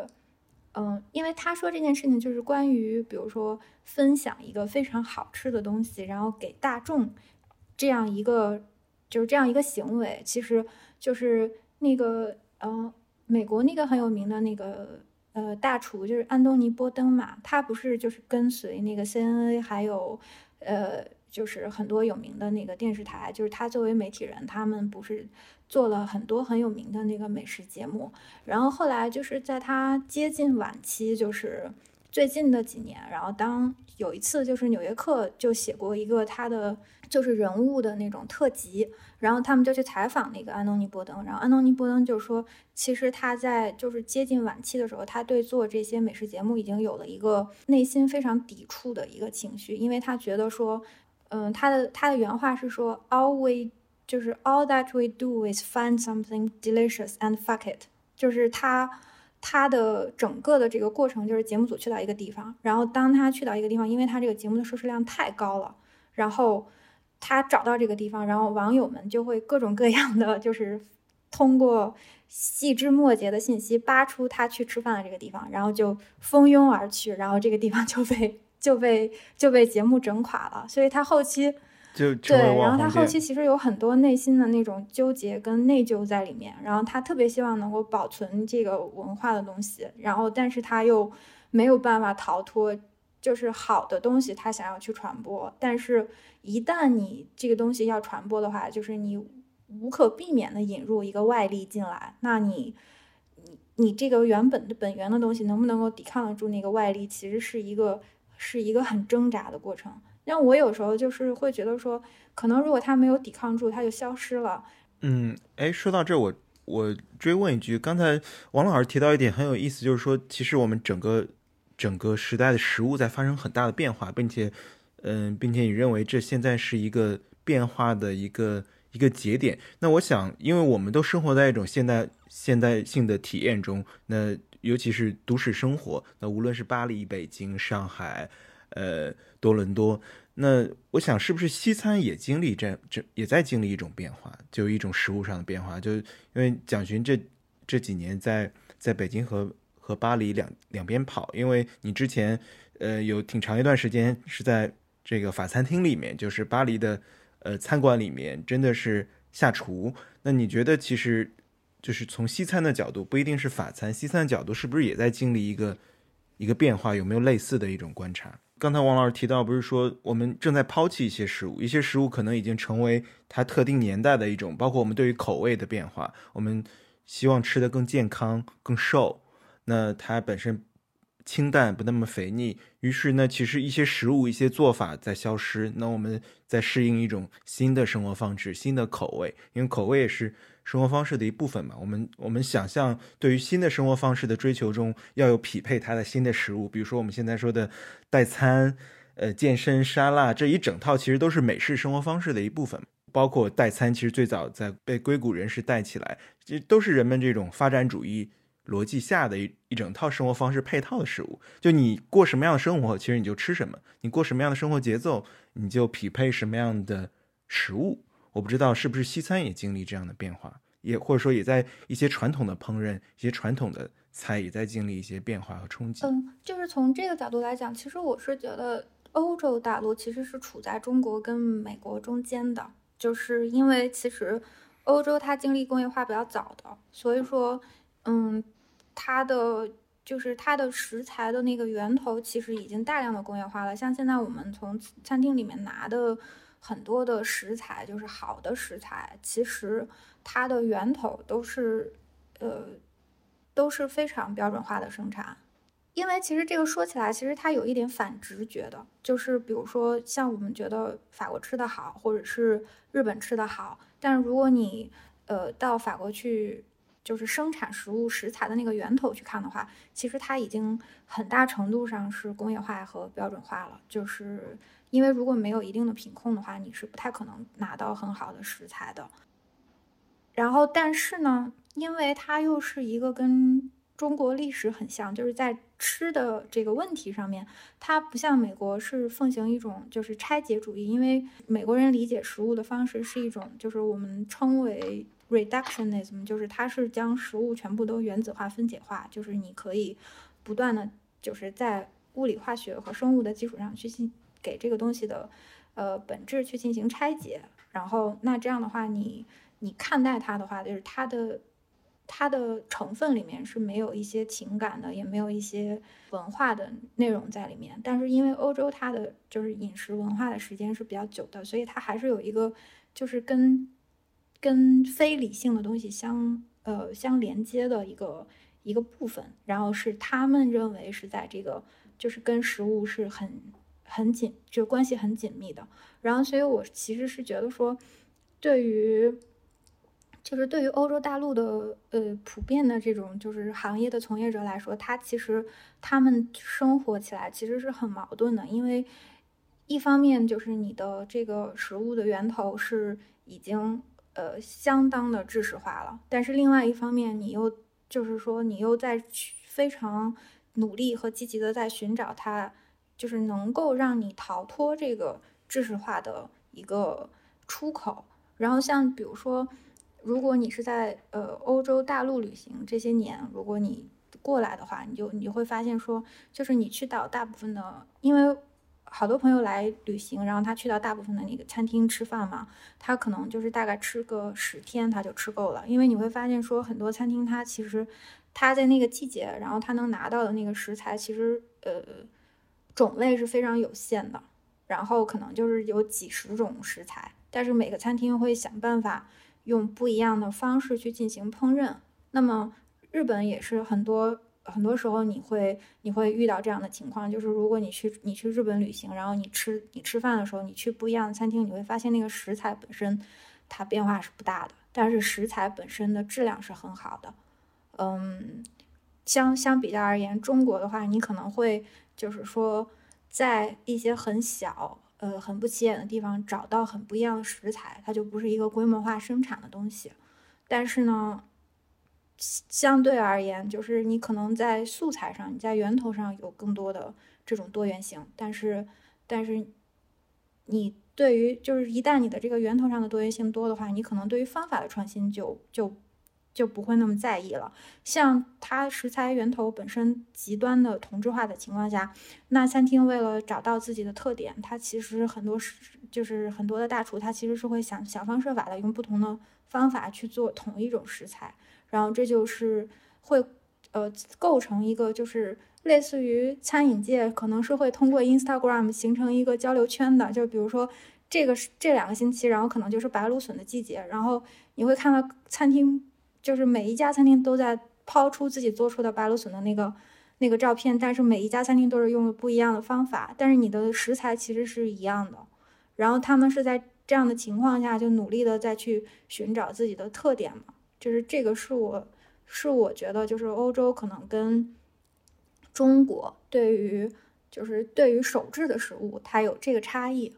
嗯，因为他说这件事情就是关于，比如说分享一个非常好吃的东西，然后给大众这样一个。就是这样一个行为，其实就是那个呃，美国那个很有名的那个呃大厨，就是安东尼·波登嘛，他不是就是跟随那个 C N A 还有呃，就是很多有名的那个电视台，就是他作为媒体人，他们不是做了很多很有名的那个美食节目，然后后来就是在他接近晚期，就是最近的几年，然后当有一次就是《纽约客》就写过一个他的就是人物的那种特辑，然后他们就去采访那个安东尼·波登，然后安东尼·波登就说，其实他在就是接近晚期的时候，他对做这些美食节目已经有了一个内心非常抵触的一个情绪，因为他觉得说，嗯，他的他的原话是说 ，all we 就是 all that we do is find something delicious and fuck it， 就是他。他的整个的这个过程就是节目组去到一个地方，然后当他去到一个地方，因为他这个节目的收视量太高了，然后他找到这个地方，然后网友们就会各种各样的就是通过细枝末节的信息扒出他去吃饭的这个地方，然后就蜂拥而去，然后这个地方就被就被就被节目整垮了，所以他后期就对，然后他后期其实有很多内心的那种纠结跟内疚在里面，然后他特别希望能够保存这个文化的东西，然后但是他又没有办法逃脱，就是好的东西他想要去传播，但是一旦你这个东西要传播的话，就是你无可避免的引入一个外力进来，那你你你这个原本的本源的东西能不能够抵抗得住那个外力，其实是一个是一个很挣扎的过程。让我有时候就是会觉得说，可能如果它没有抵抗住，它就消失了。 嗯，哎，说到这我我追问一句，刚才王老师提到一点很有意思，就是说其实我们整个整个时代的食物在发生很大的变化，并且嗯、呃，并且你认为这现在是一个变化的一个一个节点。那我想，因为我们都生活在一种现代现代性的体验中，那尤其是都市生活，那无论是巴黎、北京、上海，呃，多伦多，那我想是不是西餐也经历这这也在经历一种变化，就一种食物上的变化，就因为蒋勋这这几年在在北京和和巴黎两两边跑，因为你之前呃有挺长一段时间是在这个法餐厅里面，就是巴黎的呃餐馆里面真的是下厨。那你觉得其实就是从西餐的角度，不一定是法餐，西餐的角度是不是也在经历一个一个变化？有没有类似的一种观察？刚才王老师提到，不是说我们正在抛弃一些食物，一些食物可能已经成为它特定年代的一种，包括我们对于口味的变化，我们希望吃得更健康、更瘦，那它本身清淡不那么肥腻，于是呢，其实一些食物、一些做法在消失，那我们在适应一种新的生活方式、新的口味，因为口味也是生活方式的一部分嘛。我们我们想象对于新的生活方式的追求中，要有匹配它的新的食物，比如说我们现在说的代餐、呃健身、沙拉，这一整套其实都是美式生活方式的一部分。包括代餐，其实最早在被硅谷人士带起来，其实都是人们这种发展主义逻辑下的一一整套生活方式配套的食物。就你过什么样的生活，其实你就吃什么；你过什么样的生活节奏，你就匹配什么样的食物。我不知道是不是西餐也经历这样的变化，也或者说也在一些传统的烹饪、一些传统的菜也在经历一些变化和冲击。 嗯，就是从这个角度来讲，其实我是觉得欧洲大陆其实是处在中国跟美国中间的。就是因为其实欧洲它经历工业化比较早的，所以说，嗯，它的就是它的食材的那个源头其实已经大量的工业化了。像现在我们从餐厅里面拿的很多的食材，就是好的食材，其实它的源头都是，呃，都是非常标准化的生产。因为其实这个说起来，其实它有一点反直觉的，就是比如说像我们觉得法国吃的好，或者是日本吃的好，但是如果你呃到法国去，就是生产食物食材的那个源头去看的话，其实它已经很大程度上是工业化和标准化了。就是因为如果没有一定的品控的话，你是不太可能拿到很好的食材的。然后，但是呢，因为它又是一个跟中国历史很像，就是在吃的这个问题上面，它不像美国是奉行一种就是拆解主义，因为美国人理解食物的方式是一种就是我们称为 reductionism， 就是它是将食物全部都原子化分解化，就是你可以不断的就是在物理化学和生物的基础上去给这个东西的呃本质去进行拆解，然后那这样的话你你看待它的话，就是它的它的成分里面是没有一些情感的，也没有一些文化的内容在里面。但是因为欧洲它的就是饮食文化的时间是比较久的，所以它还是有一个就是跟跟非理性的东西相呃相连接的一个一个部分，然后是他们认为是在这个就是跟食物是很很紧，就关系很紧密的。然后所以我其实是觉得说，对于就是对于欧洲大陆的呃普遍的这种就是行业的从业者来说，他其实他们生活起来其实是很矛盾的，因为一方面就是你的这个食物的源头是已经呃相当的制式化了，但是另外一方面你又就是说你又在非常努力和积极的在寻找它，就是能够让你逃脱这个制式化的一个出口。然后像比如说，如果你是在呃欧洲大陆旅行这些年，如果你过来的话，你就你就会发现说，就是你去到大部分的，因为好多朋友来旅行，然后他去到大部分的那个餐厅吃饭嘛，他可能就是大概吃个十天他就吃够了，因为你会发现说很多餐厅它其实他在那个季节，然后他能拿到的那个食材其实呃种类是非常有限的，然后可能就是有几十种食材，但是每个餐厅会想办法用不一样的方式去进行烹饪。那么日本也是很多很多时候你会你会遇到这样的情况，就是如果你去你去日本旅行，然后你吃你吃饭的时候，你去不一样的餐厅，你会发现那个食材本身它变化是不大的，但是食材本身的质量是很好的。嗯，相相比较而言，中国的话，你可能会就是说在一些很小呃很不起眼的地方找到很不一样的食材，它就不是一个规模化生产的东西。但是呢，相对而言，就是你可能在素材上，你在源头上有更多的这种多元性，但是但是你对于就是一旦你的这个源头上的多元性多的话，你可能对于方法的创新就就就不会那么在意了。像它食材源头本身极端的同质化的情况下，那餐厅为了找到自己的特点，它其实很多就是很多的大厨他其实是会想想方设法的用不同的方法去做同一种食材。然后这就是会呃构成一个就是类似于餐饮界可能是会通过 Instagram 形成一个交流圈的，就比如说这个这两个星期，然后可能就是白芦笋的季节，然后你会看到餐厅就是每一家餐厅都在抛出自己做出的白芦笋的那个那个照片，但是每一家餐厅都是用了不一样的方法，但是你的食材其实是一样的，然后他们是在这样的情况下就努力的再去寻找自己的特点嘛。就是这个是我是我觉得就是欧洲可能跟中国对于就是对于手制的食物它有这个差异。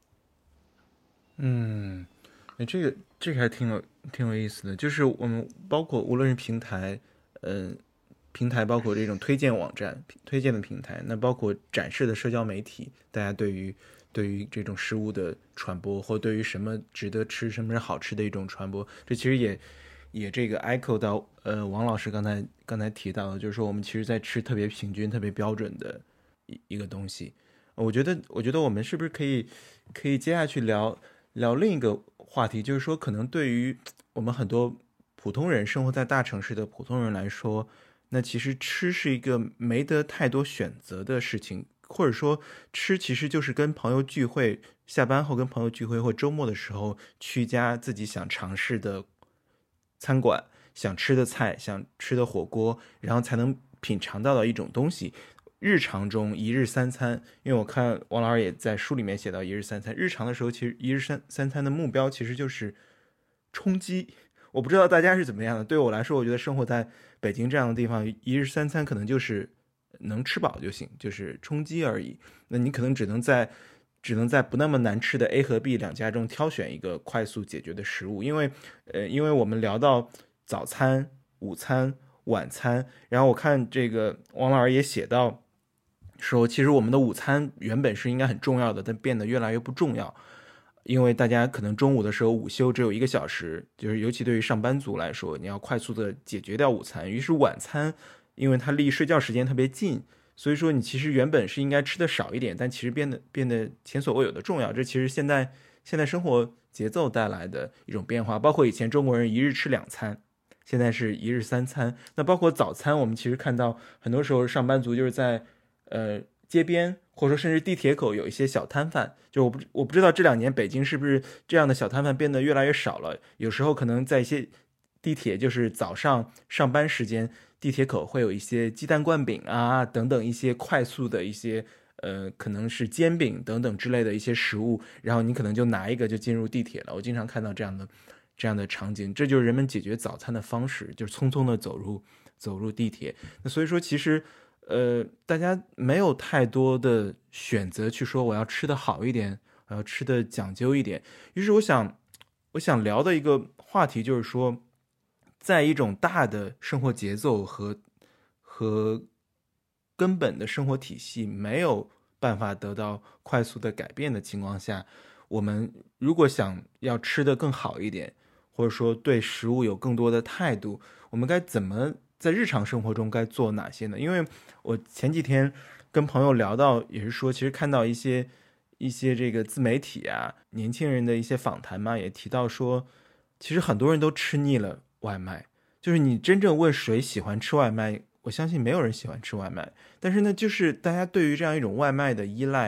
嗯，这个这个还挺有挺有意思的，就是我们包括无论是平台，嗯、呃，平台包括这种推荐网站、推荐的平台，那包括展示的社交媒体，大家对于对于这种食物的传播，或对于什么值得吃、什么是好吃的一种传播，这其实也。也这个 echo 到呃王老师刚才刚才提到的，就是说我们其实在吃特别平均、特别标准的一一个东西。我觉得我觉得我们是不是可以可以接下去聊聊另一个话题，就是说可能对于我们很多普通人生活在大城市的普通人来说，那其实吃是一个没得太多选择的事情，或者说吃其实就是跟朋友聚会，下班后跟朋友聚会，或周末的时候去一家自己想尝试的餐馆，想吃的菜，想吃的火锅，然后才能品尝到的一种东西。日常中一日三餐，因为我看王老师也在书里面写到一日三餐，日常的时候其实一日三三餐的目标其实就是充饥。我不知道大家是怎么样的，对我来说，我觉得生活在北京这样的地方，一日三餐可能就是能吃饱就行，就是充饥而已。那你可能只能在只能在不那么难吃的 A 和 B 两家中挑选一个快速解决的食物，因为呃，因为我们聊到早餐、午餐、晚餐，然后我看这个王老师也写到说，其实我们的午餐原本是应该很重要的，但变得越来越不重要，因为大家可能中午的时候午休只有一个小时，就是尤其对于上班族来说，你要快速的解决掉午餐，于是晚餐因为它离睡觉时间特别近。所以说你其实原本是应该吃的少一点，但其实变得变得前所未有的重要，这其实现在现在生活节奏带来的一种变化。包括以前中国人一日吃两餐，现在是一日三餐。那包括早餐，我们其实看到很多时候上班族就是在呃街边或者说甚至地铁口有一些小摊贩，就我不我不知道这两年北京是不是这样的小摊贩变得越来越少了，有时候可能在一些地铁就是早上上班时间，地铁口会有一些鸡蛋灌饼啊等等一些快速的一些呃可能是煎饼等等之类的一些食物，然后你可能就拿一个就进入地铁了。我经常看到这样的这样的场景，这就是人们解决早餐的方式，就是匆匆的走入走入地铁。那所以说其实呃大家没有太多的选择去说我要吃的好一点，我要吃的讲究一点。于是我想我想聊的一个话题就是说，在一种大的生活节奏和和根本的生活体系没有办法得到快速的改变的情况下，我们如果想要吃得更好一点，或者说对食物有更多的态度，我们该怎么在日常生活中该做哪些呢？因为我前几天跟朋友聊到，也是说其实看到一些一些这个自媒体啊，年轻人的一些访谈嘛，也提到说其实很多人都吃腻了外卖，就是你真正问谁喜欢吃外卖，我相信没有人喜欢吃外卖。但是呢，就是大家对于这样一种外卖的依赖，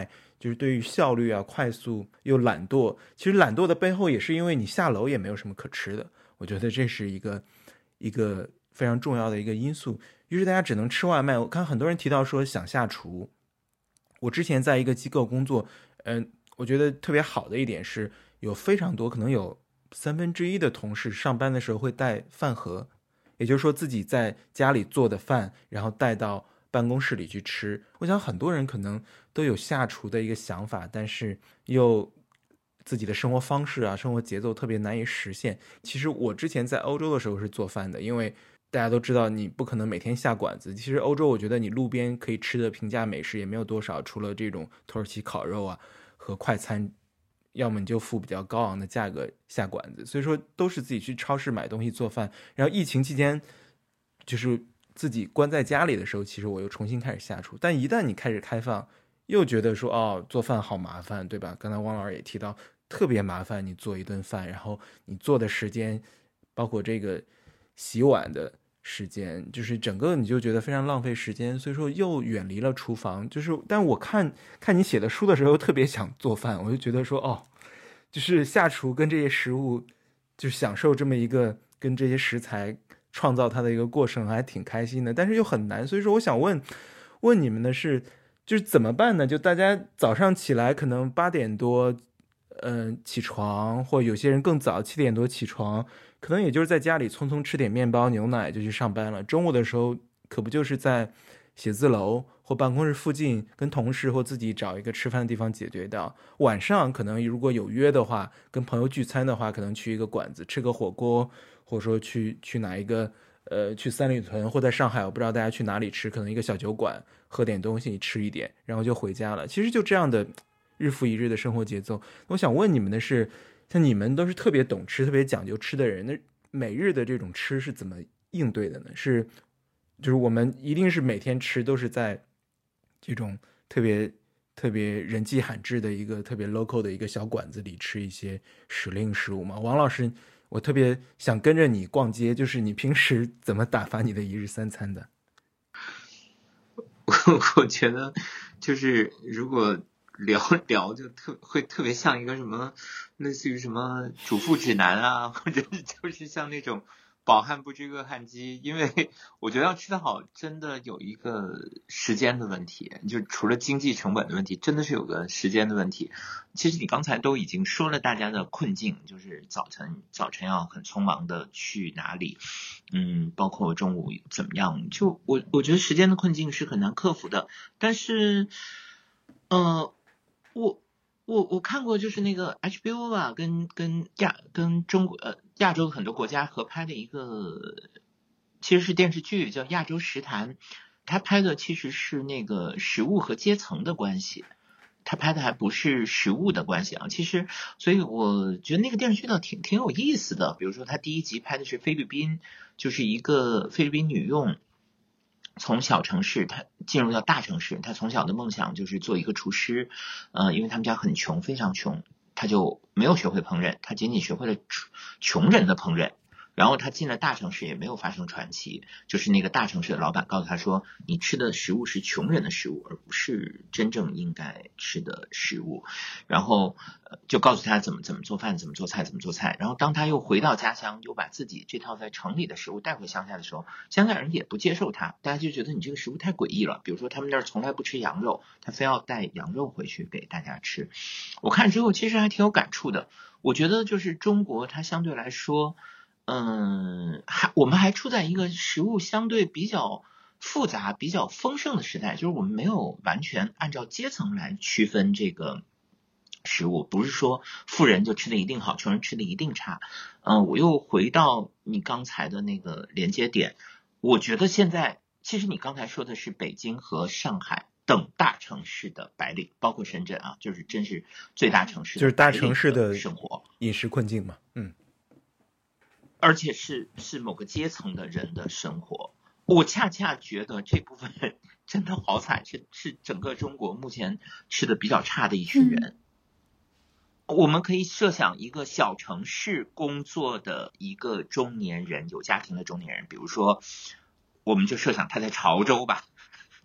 就是对于效率啊、快速又懒惰。其实懒惰的背后也是因为你下楼也没有什么可吃的，我觉得这是一个一个非常重要的一个因素。于是大家只能吃外卖。我看很多人提到说想下厨，我之前在一个机构工作，嗯、呃，我觉得特别好的一点是有非常多，可能有三分之一的同事上班的时候会带饭盒，也就是说自己在家里做的饭，然后带到办公室里去吃。我想很多人可能都有下厨的一个想法，但是又自己的生活方式啊、生活节奏特别难以实现。其实我之前在欧洲的时候是做饭的，因为大家都知道你不可能每天下馆子。其实欧洲我觉得你路边可以吃的平价美食也没有多少，除了这种土耳其烤肉啊和快餐，要么你就付比较高昂的价格下馆子，所以说都是自己去超市买东西做饭。然后疫情期间就是自己关在家里的时候，其实我又重新开始下厨。但一旦你开始开放，又觉得说哦，做饭好麻烦，对吧？刚才汪老师也提到特别麻烦，你做一顿饭，然后你做的时间包括这个洗碗的时间，就是整个你就觉得非常浪费时间，所以说又远离了厨房。就是但我看看你写的书的时候特别想做饭，我就觉得说哦，就是下厨跟这些食物就是享受这么一个跟这些食材创造它的一个过程还挺开心的，但是又很难。所以说我想问问你们的是就是怎么办呢？就大家早上起来可能八点多嗯、呃，起床，或有些人更早七点多起床，可能也就是在家里匆匆吃点面包牛奶就去上班了。中午的时候可不就是在写字楼或办公室附近跟同事或自己找一个吃饭的地方解决掉。晚上可能如果有约的话，跟朋友聚餐的话，可能去一个馆子吃个火锅，或者说去去哪一个呃去三里屯，或在上海我不知道大家去哪里吃，可能一个小酒馆喝点东西吃一点，然后就回家了。其实就这样的日复一日的生活节奏。我想问你们的是，像你们都是特别懂吃、特别讲究吃的人，那每日的这种吃是怎么应对的呢？是就是我们一定是每天吃都是在这种特别特别人迹罕至的一个特别 local 的一个小馆子里吃一些时令食物吗？王老师，我特别想跟着你逛街，就是你平时怎么打发你的一日三餐的？ 我我觉得就是如果聊聊就特会特别像一个什么类似于什么主妇指南啊，或者是就是像那种饱汉不知饿汉饥。因为我觉得要吃得好真的有一个时间的问题，就除了经济成本的问题，真的是有个时间的问题。其实你刚才都已经说了大家的困境，就是早晨早晨要很匆忙的去哪里，嗯，包括中午怎么样，就我我觉得时间的困境是很难克服的。但是呃我我我看过就是那个 H B O 吧，跟跟亚跟中国呃亚洲很多国家合拍的一个其实是电视剧叫《亚洲食坛》，他拍的其实是那个食物和阶层的关系，他拍的还不是食物的关系啊。其实所以我觉得那个电视剧倒挺挺有意思的。比如说他第一集拍的是菲律宾，就是一个菲律宾女佣从小城市他进入到大城市，他从小的梦想就是做一个厨师，呃，因为他们家很穷，非常穷，他就没有学会烹饪，他仅仅学会了穷人的烹饪。然后他进了大城市也没有发生传奇，就是那个大城市的老板告诉他说，你吃的食物是穷人的食物，而不是真正应该吃的食物。然后呃就告诉他怎么怎么做饭，怎么做菜，怎么做菜。然后当他又回到家乡，又把自己这套在城里的食物带回乡下的时候，乡下人也不接受他，大家就觉得你这个食物太诡异了。比如说他们那儿从来不吃羊肉，他非要带羊肉回去给大家吃。我看之后其实还挺有感触的。我觉得就是中国它相对来说嗯，还我们还处在一个食物相对比较复杂、比较丰盛的时代，就是我们没有完全按照阶层来区分这个食物，不是说富人就吃的一定好，穷人吃的一定差。嗯，我又回到你刚才的那个连接点，我觉得现在其实你刚才说的是北京和上海等大城市的白领，包括深圳啊，就是真是最大城市的就是大城市的生活饮食困境嘛，嗯。 而且是是某个阶层的人的生活，我恰恰觉得这部分人真的好惨，是是整个中国目前吃的比较差的一群人。嗯、我们可以设想一个小城市工作的一个中年人，有家庭的中年人，比如说，我们就设想他在潮州吧，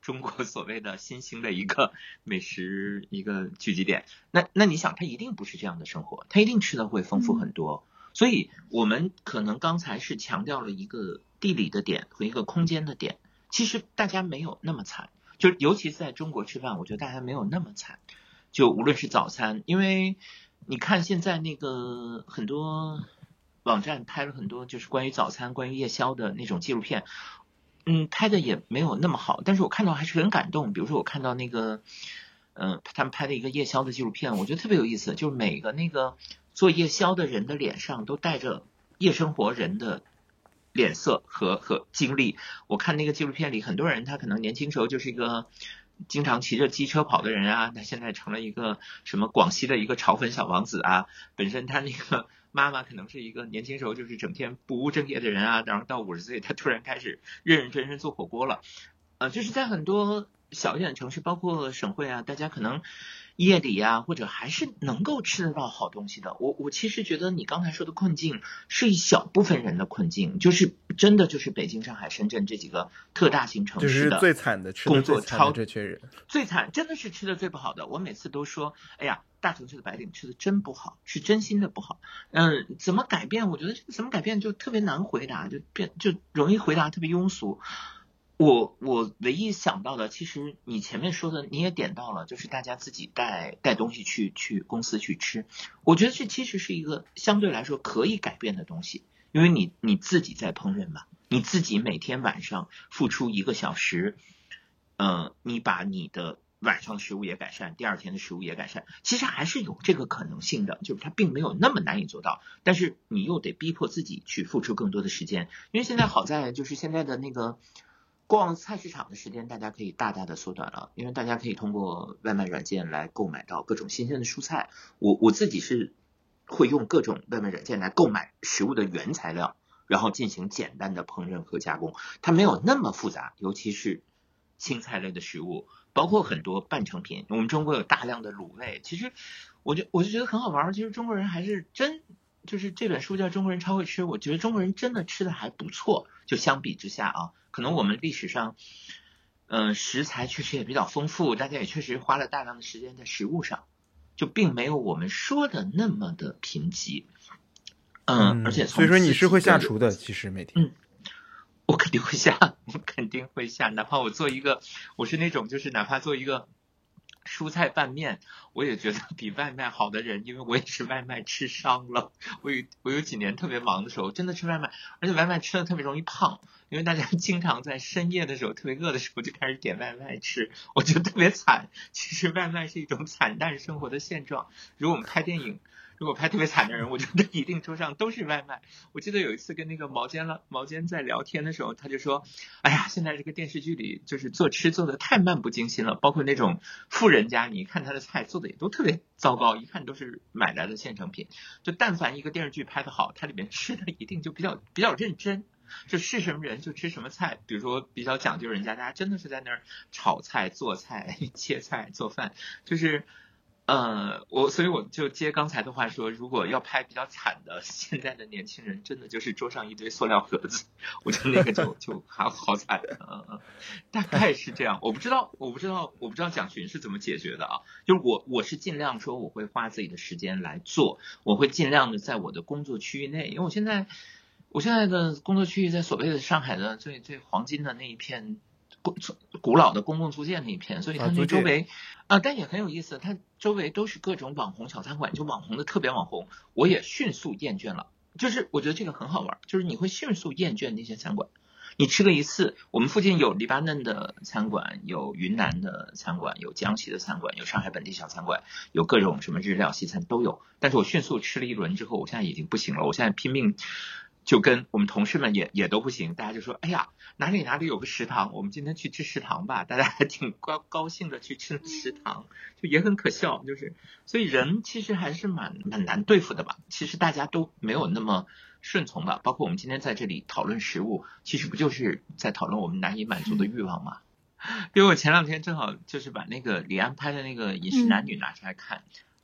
中国所谓的新兴的一个美食一个聚集点。那那你想，他一定不是这样的生活，他一定吃的会丰富很多。嗯、所以我们可能刚才是强调了一个地理的点和一个空间的点，其实大家没有那么惨，就尤其是在中国吃饭，我觉得大家没有那么惨。就无论是早餐，因为你看现在那个很多网站拍了很多就是关于早餐、关于夜宵的那种纪录片。嗯，拍的也没有那么好，但是我看到还是很感动。比如说我看到那个，嗯、呃，他们拍的一个夜宵的纪录片，我觉得特别有意思。就是每个那个做夜宵的人的脸上都带着夜生活人的脸色和和经历。我看那个纪录片里，很多人他可能年轻时候就是一个经常骑着机车跑的人啊，他现在成了一个什么广西的一个炒粉小王子啊，本身他那个妈妈可能是一个年轻时候就是整天不务正业的人啊，然后到五十岁他突然开始认认真真做火锅了。呃，就是在很多小一点的城市，包括省会啊，大家可能夜里啊，或者还是能够吃得到好东西的。我我其实觉得你刚才说的困境是一小部分人的困境，就是真的就是北京、上海、深圳这几个特大型城市的就是最惨的工作超这群人， 最惨真的是吃的最不好的。我每次都说，哎呀，大城市的白领吃的真不好，是真心的不好。嗯，怎么改变？我觉得怎么改变就特别难回答，就变就容易回答特别庸俗。我我唯一想到的，其实你前面说的你也点到了，就是大家自己带带东西去去公司去吃。我觉得这其实是一个相对来说可以改变的东西，因为你你自己在烹饪嘛，你自己每天晚上付出一个小时，呃，你把你的晚上的食物也改善，第二天的食物也改善，其实还是有这个可能性的，就是它并没有那么难以做到，但是你又得逼迫自己去付出更多的时间，因为现在好在就是现在的那个逛菜市场的时间大家可以大大的缩短了，因为大家可以通过外卖软件来购买到各种新鲜的蔬菜。我我自己是会用各种外卖软件来购买食物的原材料，然后进行简单的烹饪和加工，它没有那么复杂，尤其是青菜类的食物，包括很多半成品。我们中国有大量的卤味，其实我就我就觉得很好玩。其实中国人还是真就是这本书叫《中国人超会吃》，我觉得中国人真的吃的还不错。就相比之下啊，可能我们历史上，嗯、呃，食材确实也比较丰富，大家也确实花了大量的时间在食物上，就并没有我们说的那么的贫瘠。嗯， 嗯而且所以说你是会下厨的，其实每天。 嗯。我肯定会下，我肯定会下，哪怕我做一个，我是那种就是哪怕做一个蔬菜拌面，我也觉得比外卖好的人，因为我也是外卖吃伤了。我有我有几年特别忙的时候，真的吃外卖，而且外卖吃的特别容易胖，因为大家经常在深夜的时候特别饿的时候就开始点外卖吃，我觉得特别惨。其实外卖是一种惨淡生活的现状。如果我们拍电影，如果拍特别惨的人，我觉得一定桌上都是外卖。我记得有一次跟那个毛尖了毛尖在聊天的时候，他就说，哎呀，现在这个电视剧里就是做吃做的太漫不经心了，包括那种富人家，你看他的菜做的也都特别糟糕，一看都是买来的现成品。就但凡一个电视剧拍得好，它里面吃的一定就比较比较认真，就是什么人就吃什么菜。比如说比较讲究人家，大家真的是在那儿炒菜做菜切菜做饭，就是呃，我所以我就接刚才的话说，如果要拍比较惨的，现在的年轻人真的就是桌上一堆塑料盒子，我觉得那个就就好好惨的，嗯嗯，大概是这样。我不知道，我不知道，我不知道蒋勋是怎么解决的啊？就是我我是尽量说我会花自己的时间来做，我会尽量的在我的工作区域内，因为我现在我现在的工作区域在所谓的上海的最最黄金的那一片。古老的公共租界那一片，所以它那周围啊、呃，但也很有意思，它周围都是各种网红小餐馆，就网红的特别网红，我也迅速厌倦了。就是我觉得这个很好玩，就是你会迅速厌倦那些餐馆。你吃了一次，我们附近有黎巴嫩的餐馆，有云南的餐馆，有江西的餐馆，有上海本地小餐馆，有各种什么日料西餐都有。但是我迅速吃了一轮之后，我现在已经不行了，我现在拼命。就跟我们同事们也也都不行，大家就说，哎呀，哪里哪里有个食堂，我们今天去吃食堂吧，大家还挺高高兴的去吃食堂，就也很可笑，就是所以人其实还是蛮蛮难对付的吧，其实大家都没有那么顺从吧，包括我们今天在这里讨论食物，其实不就是在讨论我们难以满足的欲望吗？因为我前两天正好就是把那个李安拍的那个《饮食男女》拿出来看。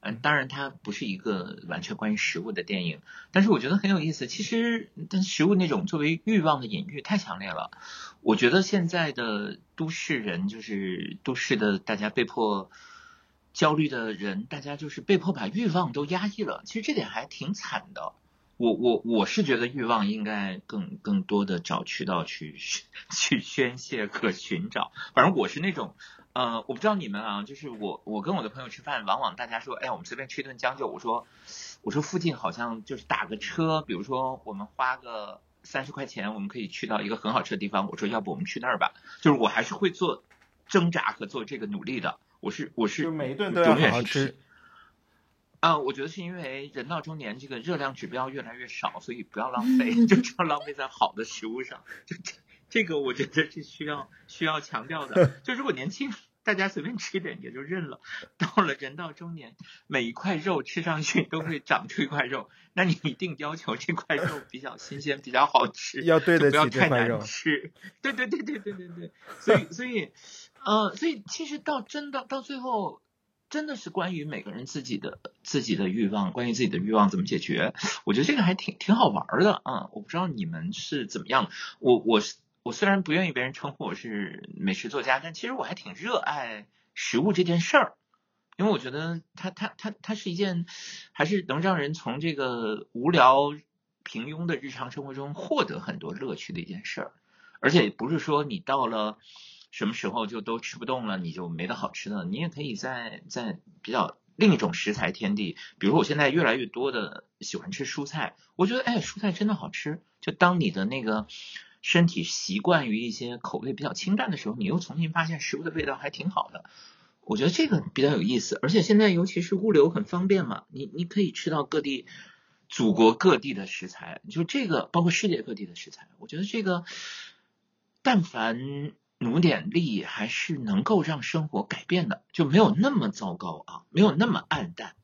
嗯，当然它不是一个完全关于食物的电影，但是我觉得很有意思。其实，但食物那种作为欲望的隐喻太强烈了。我觉得现在的都市人，就是都市的大家被迫焦虑的人，大家就是被迫把欲望都压抑了。其实这点还挺惨的。我我我是觉得欲望应该更更多的找渠道去去宣泄和寻找。反正我是那种。呃，我不知道你们啊，就是我，我跟我的朋友吃饭，往往大家说，哎，我们随便吃一顿将就。我说，我说附近好像就是打个车，比如说我们花个三十块钱，我们可以去到一个很好吃的地方。我说，要不我们去那儿吧？就是我还是会做挣扎和做这个努力的。我是我是就每一顿都要好好吃。 啊、呃，我觉得是因为人到中年，这个热量指标越来越少，所以不要浪费，就只要浪费在好的食物上。就这。这个我觉得是需要需要强调的，就如果年轻大家随便吃一点也就认了，到了人到中年，每一块肉吃上去都会长出一块肉，那你一定要求这块肉比较新鲜，比较好吃， 要对得起这块肉，不要太难吃。对对对对对对对，所以所以呃，所以其实到真的到最后。真的是关于每个人自己的自己的欲望，关于自己的欲望怎么解决，我觉得这个还挺挺好玩的啊！我不知道你们是怎么样的，我我是我虽然不愿意别人称呼我是美食作家，但其实我还挺热爱食物这件事儿，因为我觉得它它它它是一件还是能让人从这个无聊平庸的日常生活中获得很多乐趣的一件事儿，而且不是说你到了。什么时候就都吃不动了，你就没得好吃的。你也可以在在比较另一种食材天地，比如我现在越来越多的喜欢吃蔬菜，我觉得哎，蔬菜真的好吃。就当你的那个身体习惯于一些口味比较清淡的时候，你又重新发现食物的味道还挺好的。我觉得这个比较有意思，而且现在尤其是物流很方便嘛，你你可以吃到各地祖国各地的食材，就这个包括世界各地的食材，我觉得这个但凡。努点力还是能够让生活改变的，就没有那么糟糕啊，没有那么暗淡。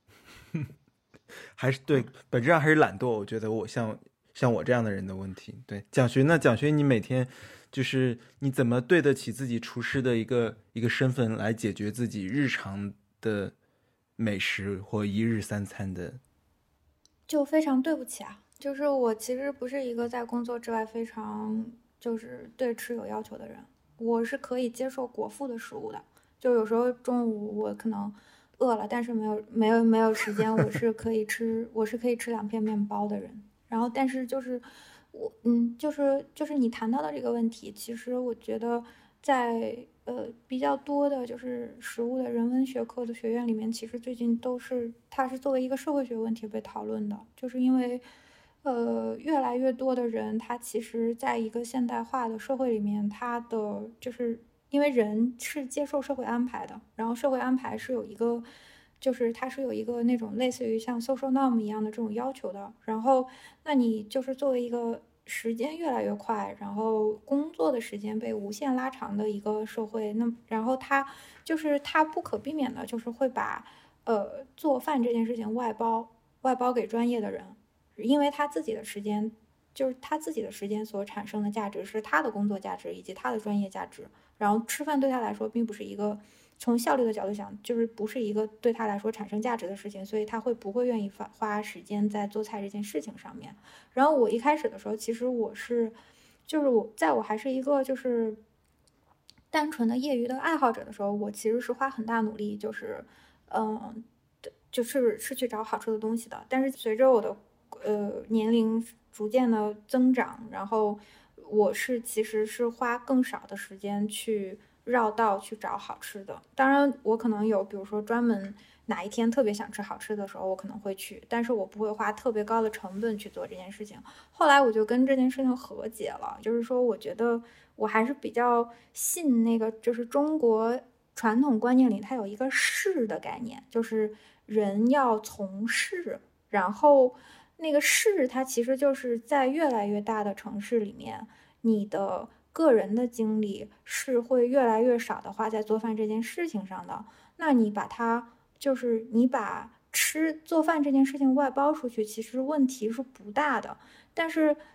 还是对，本质上还是懒惰。我觉得我像像我这样的人的问题。对，蒋勋呢？蒋勋，你每天就是你怎么对得起自己厨师的一个一个身份，来解决自己日常的美食或一日三餐的？ 就非常对不起啊，就是我其实不是一个在工作之外非常就是对吃有要求的人。我是可以接受果腹的食物的，就有时候中午我可能饿了，但是没有没有没有时间，我是可以吃我是可以吃两片面包的人。然后但是就是我嗯就是就是你谈到的这个问题，其实我觉得在呃比较多的就是食物的人文学科的学院里面，其实最近都是它是作为一个社会学问题被讨论的，就是因为呃，越来越多的人，他其实在一个现代化的社会里面，他的就是因为人是接受社会安排的，然后社会安排是有一个，就是它是有一个那种类似于像 social norm 一样的这种要求的。然后，那你就是作为一个时间越来越快，然后工作的时间被无限拉长的一个社会，那然后它就是它不可避免的，就是会把呃做饭这件事情外包外包给专业的人。因为他自己的时间，就是他自己的时间所产生的价值是他的工作价值以及他的专业价值。然后吃饭对他来说并不是一个从效率的角度想，就是不是一个对他来说产生价值的事情，所以他会不会愿意花花时间在做菜这件事情上面。然后我一开始的时候，其实我是，就是我在我还是一个就是单纯的业余的爱好者的时候，我其实是花很大努力，就是嗯，就是是去找好吃的东西的。但是随着我的呃，年龄逐渐的增长，然后我是其实是花更少的时间去绕道去找好吃的。当然，我可能有，比如说专门哪一天特别想吃好吃的时候，我可能会去，但是我不会花特别高的成本去做这件事情。后来我就跟这件事情和解了，就是说，我觉得我还是比较信那个，就是中国传统观念里它有一个事的概念，就是人要从事，然后。那个事，它其实就是在越来越大的城市里面，你的个人的精力是会越来越少的花在做饭这件事情上的。那你把它，就是你把吃做饭这件事情外包出去，其实问题是不大的。但是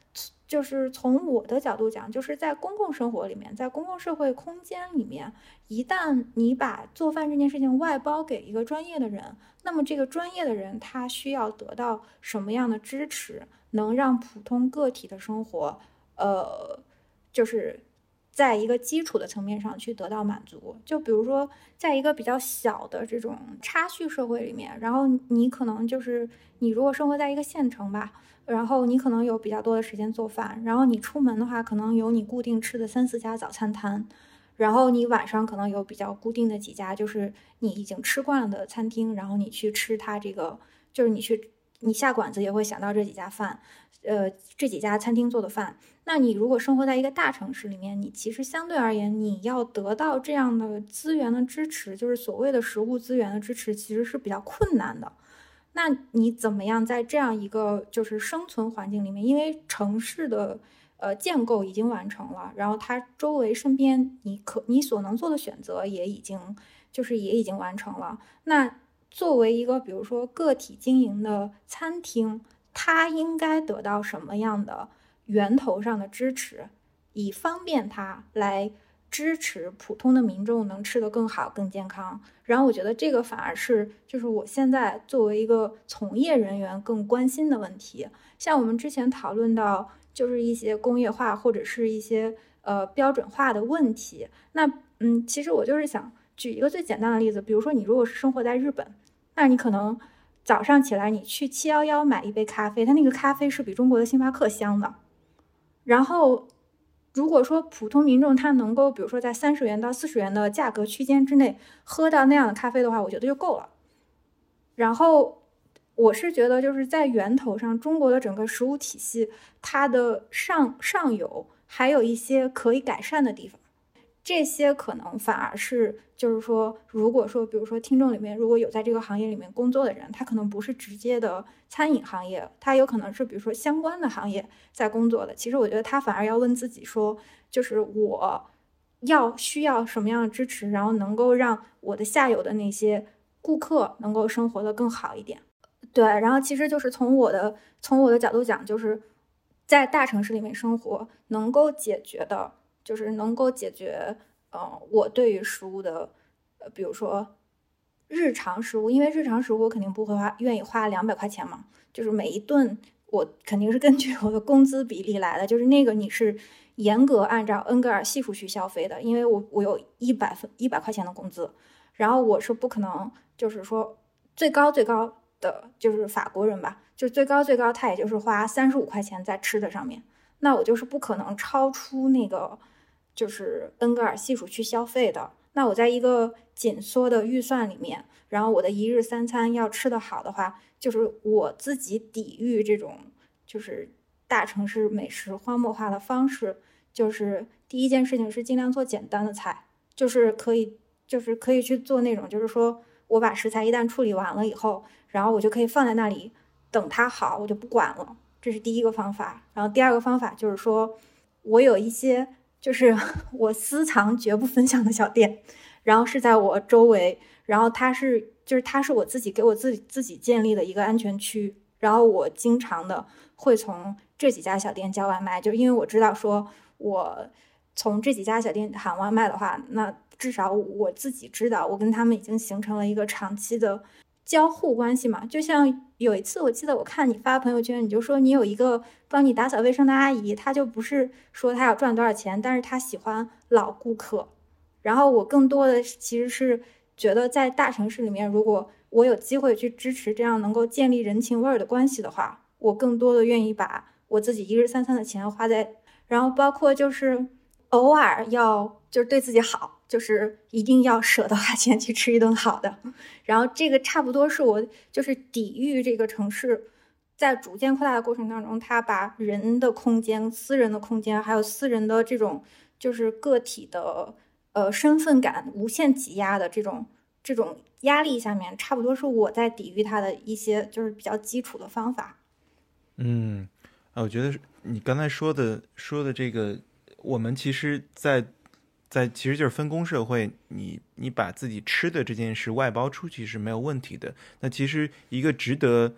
就是从我的角度讲，就是在公共生活里面，在公共社会空间里面，一旦你把做饭这件事情外包给一个专业的人，那么这个专业的人他需要得到什么样的支持，能让普通个体的生活，呃，就是在一个基础的层面上去得到满足。就比如说，在一个比较小的这种差序社会里面，然后你可能就是你如果生活在一个县城吧。然后你可能有比较多的时间做饭，然后你出门的话，可能有你固定吃的三四家早餐摊，然后你晚上可能有比较固定的几家，就是你已经吃惯了的餐厅，然后你去吃它这个，就是你去你下馆子也会想到这几家饭，呃，这几家餐厅做的饭。那你如果生活在一个大城市里面，你其实相对而言，你要得到这样的资源的支持，就是所谓的食物资源的支持，其实是比较困难的。那你怎么样在这样一个就是生存环境里面，因为城市的呃建构已经完成了，然后它周围身边你可你所能做的选择也已经就是也已经完成了。那作为一个比如说个体经营的餐厅，它应该得到什么样的源头上的支持，以方便它来支持普通的民众能吃得更好更健康。然后我觉得这个反而是就是我现在作为一个从业人员更关心的问题。像我们之前讨论到就是一些工业化或者是一些呃标准化的问题，那嗯，其实我就是想举一个最简单的例子，比如说你如果是生活在日本，那你可能早上起来你去七一一买一杯咖啡，它那个咖啡是比中国的星巴克香的。然后如果说普通民众他能够比如说在三十元到四十元的价格区间之内喝到那样的咖啡的话，我觉得就够了。然后我是觉得就是在源头上，中国的整个食物体系它的上上游还有一些可以改善的地方，这些可能反而是就是说，如果说比如说听众里面如果有在这个行业里面工作的人，他可能不是直接的餐饮行业，他有可能是比如说相关的行业在工作的，其实我觉得他反而要问自己说，就是我要需要什么样的支持，然后能够让我的下游的那些顾客能够生活得更好一点。对，然后其实就是从我的从我的角度讲，就是在大城市里面生活能够解决的就是能够解决呃我对于食物的呃比如说日常食物，因为日常食物我肯定不会花愿意花两百块钱嘛，就是每一顿我肯定是根据我的工资比例来的，就是那个你是严格按照恩格尔系数去消费的，因为我我有一百分一百块钱的工资，然后我是不可能就是说最高最高的就是法国人吧，就最高最高他也就是花三十五块钱在吃的上面，那我就是不可能超出那个就是恩格尔系数去消费的。那我在一个紧缩的预算里面，然后我的一日三餐要吃得好的话，就是我自己抵御这种就是大城市美食荒漠化的方式，就是第一件事情是尽量做简单的菜，就是可以就是可以去做那种就是说我把食材一旦处理完了以后，然后我就可以放在那里等它好，我就不管了，这是第一个方法。然后第二个方法就是说我有一些就是我私藏绝不分享的小店，然后是在我周围，然后它是就是它是我自己给我自己自己建立的一个安全区，然后我经常的会从这几家小店叫外卖，就是因为我知道说我从这几家小店喊外卖的话，那至少我自己知道我跟他们已经形成了一个长期的交互关系嘛。就像有一次我记得我看你发朋友圈，你就说你有一个帮你打扫卫生的阿姨，她就不是说她要赚多少钱，但是她喜欢老顾客。然后我更多的其实是觉得在大城市里面，如果我有机会去支持这样能够建立人情味儿的关系的话，我更多的愿意把我自己一日三餐的钱花在，然后包括就是偶尔要就是对自己好，就是一定要舍得花钱去吃一顿好的。然后这个差不多是我就是抵御这个城市在逐渐扩大的过程当中，它把人的空间、私人的空间，还有私人的这种就是个体的呃身份感无限挤压的这种这种压力下面，差不多是我在抵御它的一些就是比较基础的方法。 嗯，啊，我觉得你刚才说的说的这个，我们其实在在其实就是分工社会，你你把自己吃的这件事外包出去是没有问题的。那其实一个值得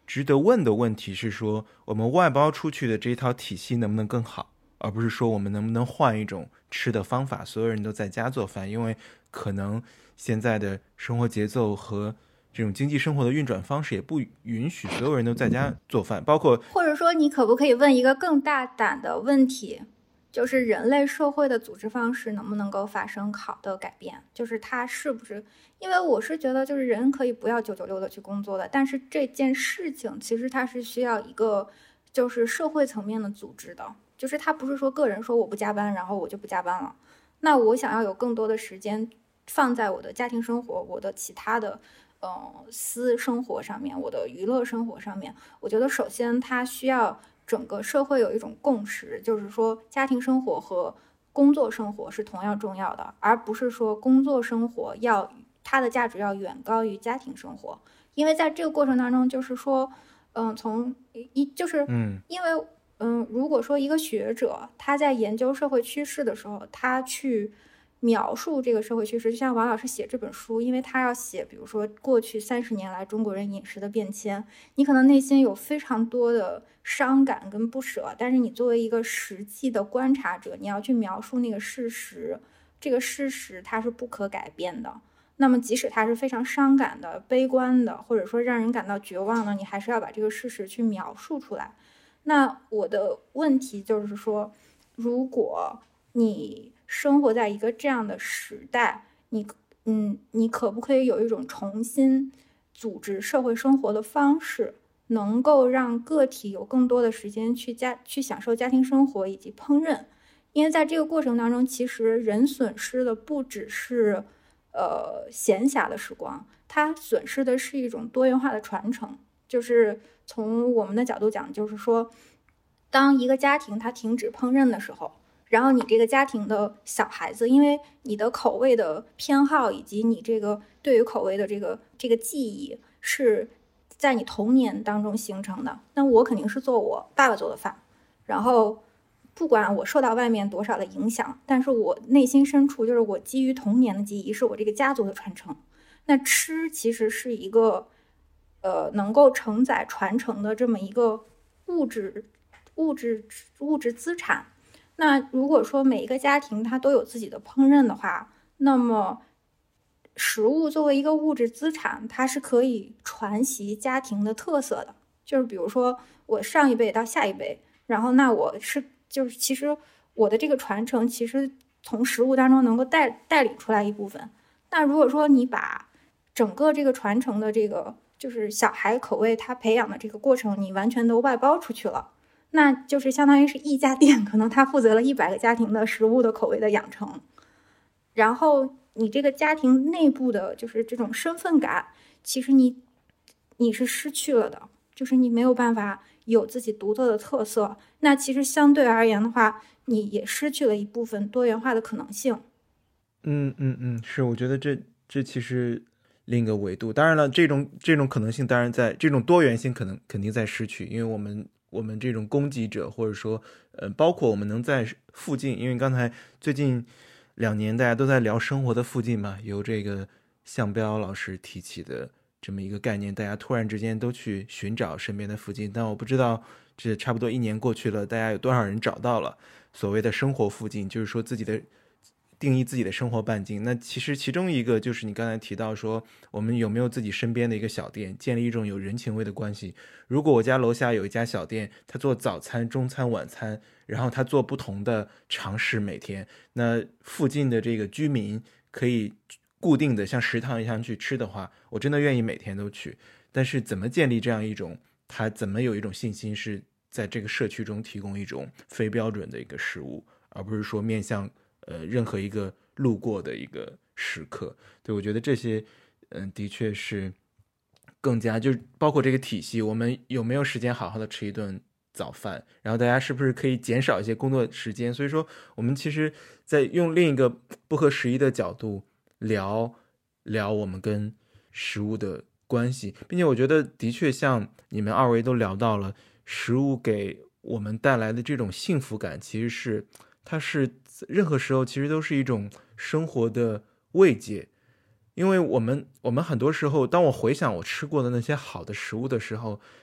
值得问的问题是说，我们外包出去的这一套体系能不能更好，而不是说我们能不能换一种吃的方法，所有人都在家做饭，因为可能现在的生活节奏和这种经济生活的运转方式也不允许所有人都在家做饭，包括或者说你可不可以问一个更大胆的问题，就是人类社会的组织方式能不能够发生好的改变，就是它是不是，因为我是觉得就是人可以不要九九六的去工作的，但是这件事情其实它是需要一个就是社会层面的组织的，就是它不是说个人说我不加班然后我就不加班了，那我想要有更多的时间放在我的家庭生活，我的其他的呃私生活上面，我的娱乐生活上面，我觉得首先它需要整个社会有一种共识，就是说家庭生活和工作生活是同样重要的，而不是说工作生活要它的价值要远高于家庭生活。因为在这个过程当中，就是说，嗯，从一就是嗯， 因为嗯，如果说一个学者他在研究社会趋势的时候，他去描述这个社会趋势，就像王老师写这本书，因为他要写，比如说过去三十年来中国人饮食的变迁，你可能内心有非常多的伤感跟不舍，但是你作为一个实际的观察者，你要去描述那个事实，这个事实它是不可改变的。那么即使它是非常伤感的、悲观的，或者说让人感到绝望的，你还是要把这个事实去描述出来。那我的问题就是说，如果你生活在一个这样的时代，你嗯，你可不可以有一种重新组织社会生活的方式，能够让个体有更多的时间去家去享受家庭生活以及烹饪？因为在这个过程当中，其实人损失的不只是呃闲暇的时光，它损失的是一种多元化的传承。就是从我们的角度讲，就是说，当一个家庭它停止烹饪的时候，然后你这个家庭的小孩子，因为你的口味的偏好以及你这个对于口味的这个这个记忆是在你童年当中形成的。那我肯定是做我爸爸做的饭，然后不管我受到外面多少的影响，但是我内心深处就是我基于童年的记忆，是我这个家族的传承。那吃其实是一个呃能够承载传承的这么一个物质物质物质资产。那如果说每一个家庭它都有自己的烹饪的话，那么食物作为一个物质资产，它是可以传袭家庭的特色的。就是比如说我上一辈到下一辈，然后那我是就是其实我的这个传承其实从食物当中能够带带领出来一部分。那如果说你把整个这个传承的这个就是小孩口味他培养的这个过程你完全都外包出去了，那就是相当于是一家店，可能他负责了一百个家庭的食物的口味的养成，然后你这个家庭内部的就是这种身份感，其实你你是失去了的，就是你没有办法有自己独特的特色。那其实相对而言的话，你也失去了一部分多元化的可能性。 嗯嗯嗯，是，我觉得这这其实另一个维度。当然了，这种这种可能性，当然在这种多元性可能肯定在失去，因为我们我们这种供给者，或者说呃，包括我们能在附近，因为刚才最近两年大家都在聊生活的附近嘛，由这个向彪老师提起的这么一个概念，大家突然之间都去寻找身边的附近，但我不知道这差不多一年过去了，大家有多少人找到了所谓的生活附近，就是说自己的定义自己的生活半径。那其实其中一个就是你刚才提到说，我们有没有自己身边的一个小店，建立一种有人情味的关系。如果我家楼下有一家小店，他做早餐、中餐、晚餐，然后他做不同的尝试每天，那附近的这个居民可以固定的像食堂一样去吃的话，我真的愿意每天都去。但是怎么建立这样一种，他怎么有一种信心是在这个社区中提供一种非标准的一个食物，而不是说面向呃任何一个路过的一个时刻。对，我觉得这些嗯、呃、的确是更加，就包括这个体系，我们有没有时间好好的吃一顿早饭，然后大家是不是可以减少一些工作时间。所以说我们其实在用另一个不合时宜的角度聊聊我们跟食物的关系，并且我觉得的确像你们二位都聊到了，食物给我们带来的这种幸福感，其实是它是任何时候其实都是一种生活的慰藉。因为我们我们很多时候，当我回想我吃过的那些好的食物的时候，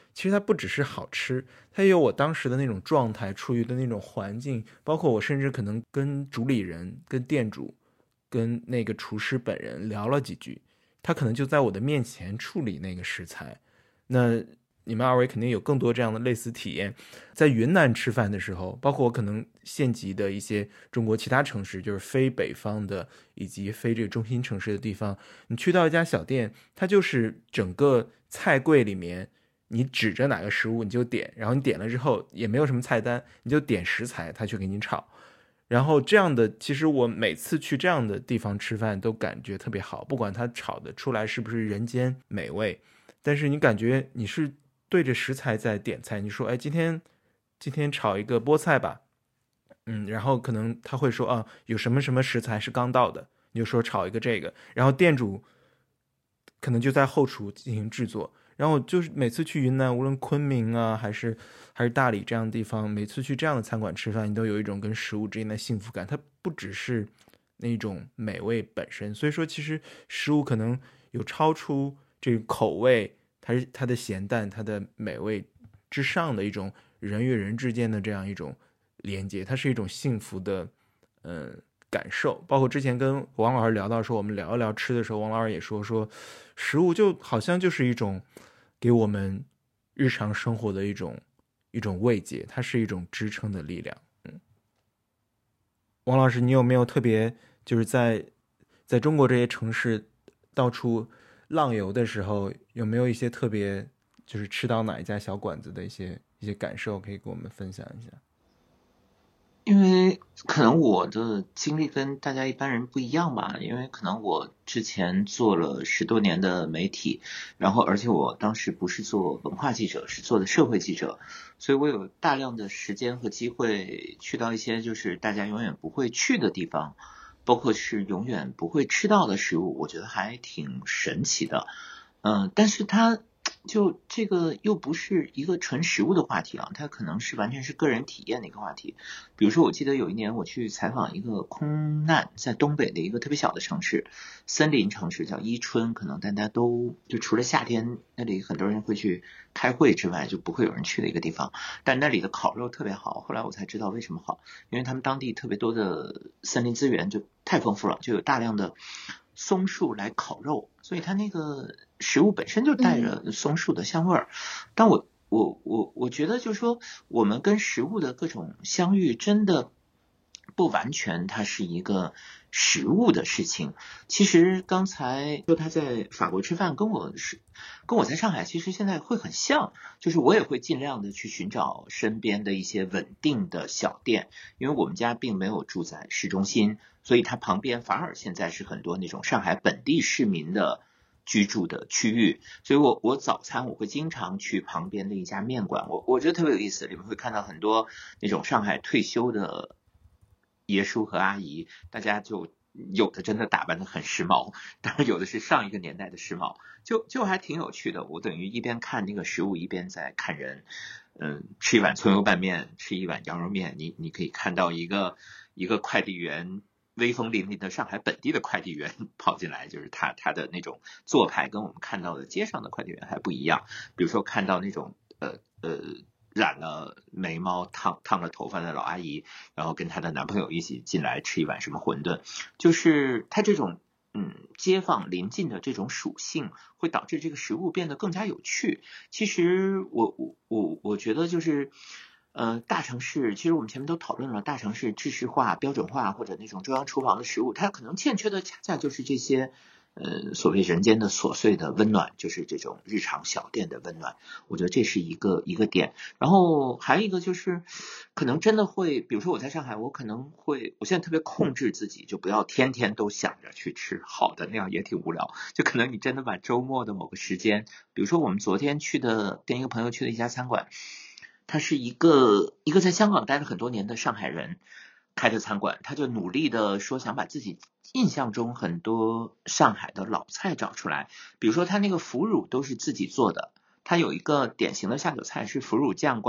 其实它不只是好吃，它也有我当时的那种状态，处于的那种环境，包括我甚至可能跟主理人、跟店主、跟那个厨师本人聊了几句，他可能就在我的面前处理那个食材。那你们二位肯定有更多这样的类似体验。在云南吃饭的时候，包括我可能县级的一些中国其他城市，就是非北方的以及非这个中心城市的地方，你去到一家小店，它就是整个菜柜里面你指着哪个食物你就点，然后你点了之后也没有什么菜单，你就点食材，他去给你炒。然后这样的，其实我每次去这样的地方吃饭都感觉特别好，不管它炒的出来是不是人间美味，但是你感觉你是对着食材在点菜，你说哎今天今天炒一个菠菜吧，嗯，然后可能他会说啊有什么什么食材是刚到的，你就说炒一个这个，然后店主可能就在后厨进行制作。然后就是每次去云南，无论昆明啊还是还是大理这样的地方，每次去这样的餐馆吃饭，你都有一种跟食物之间的幸福感。它不只是那种美味本身，所以说其实食物可能有超出这个口味，它是它的咸淡、它的美味之上的一种人与人之间的这样一种连接，它是一种幸福的嗯、呃、感受。包括之前跟王老师聊到说，我们聊一聊吃的时候，王老师也说说食物就好像就是一种给我们日常生活的一种一种慰藉，它是一种支撑的力量。嗯，王老师，你有没有特别就是在在中国这些城市到处浪游的时候，有没有一些特别就是吃到哪一家小馆子的一些一些感受，可以跟我们分享一下？ 因为可能我的经历跟大家一般人不一样吧，因为可能我之前做了十多年的媒体，然后而且我当时不是做文化记者，是做的社会记者，所以我有大量的时间和机会去到一些就是大家永远不会去的地方，包括是永远不会吃到的食物，我觉得还挺神奇的。嗯，但是它就这个又不是一个纯食物的话题啊，它可能是完全是个人体验的一个话题。比如说我记得有一年我去采访一个空难，在东北的一个特别小的城市，森林城市叫伊春，可能大家都就除了夏天那里很多人会去开会之外，就不会有人去的一个地方。但那里的烤肉特别好，后来我才知道为什么好，因为他们当地特别多的森林资源就太丰富了，就有大量的松树来烤肉，所以它那个食物本身就带着松树的香味儿。但我我我我觉得就是说，我们跟食物的各种相遇，真的不完全它是一个食物的事情。其实刚才说他在法国吃饭，跟我是跟我在上海其实现在会很像，就是我也会尽量的去寻找身边的一些稳定的小店，因为我们家并没有住在市中心，所以它旁边反而现在是很多那种上海本地市民的居住的区域，所以我我早餐我会经常去旁边的一家面馆，我我觉得特别有意思，里面会看到很多那种上海退休的爷叔和阿姨，大家就有的真的打扮得很时髦，当然有的是上一个年代的时髦，就就还挺有趣的。我等于一边看那个食物，一边在看人。嗯，吃一碗葱油拌面，吃一碗羊肉面，你你可以看到一个一个快递员，威风凛凛的上海本地的快递员跑进来，就是他他的那种做派跟我们看到的街上的快递员还不一样。比如说看到那种呃呃染了眉毛、烫烫了头发的老阿姨，然后跟她的男朋友一起进来吃一碗什么馄饨，就是他这种嗯街坊邻近的这种属性，会导致这个食物变得更加有趣。其实我我我我觉得就是呃大城市，其实我们前面都讨论了，大城市制式化、标准化或者那种中央厨房的食物，它可能欠缺的恰恰就是这些呃，所谓人间的琐碎的温暖，就是这种日常小店的温暖，我觉得这是一个一个点。然后还有一个就是，可能真的会，比如说我在上海，我可能会，我现在特别控制自己，就不要天天都想着去吃好的，那样也挺无聊。就可能你真的把周末的某个时间，比如说我们昨天去的，跟一个朋友去的一家餐馆，他是一个一个在香港待了很多年的上海人开的餐馆，他就努力的说想把自己印象中很多上海的老菜找出来，比如说他那个腐乳都是自己做的，他有一个典型的下酒菜是腐乳酱瓜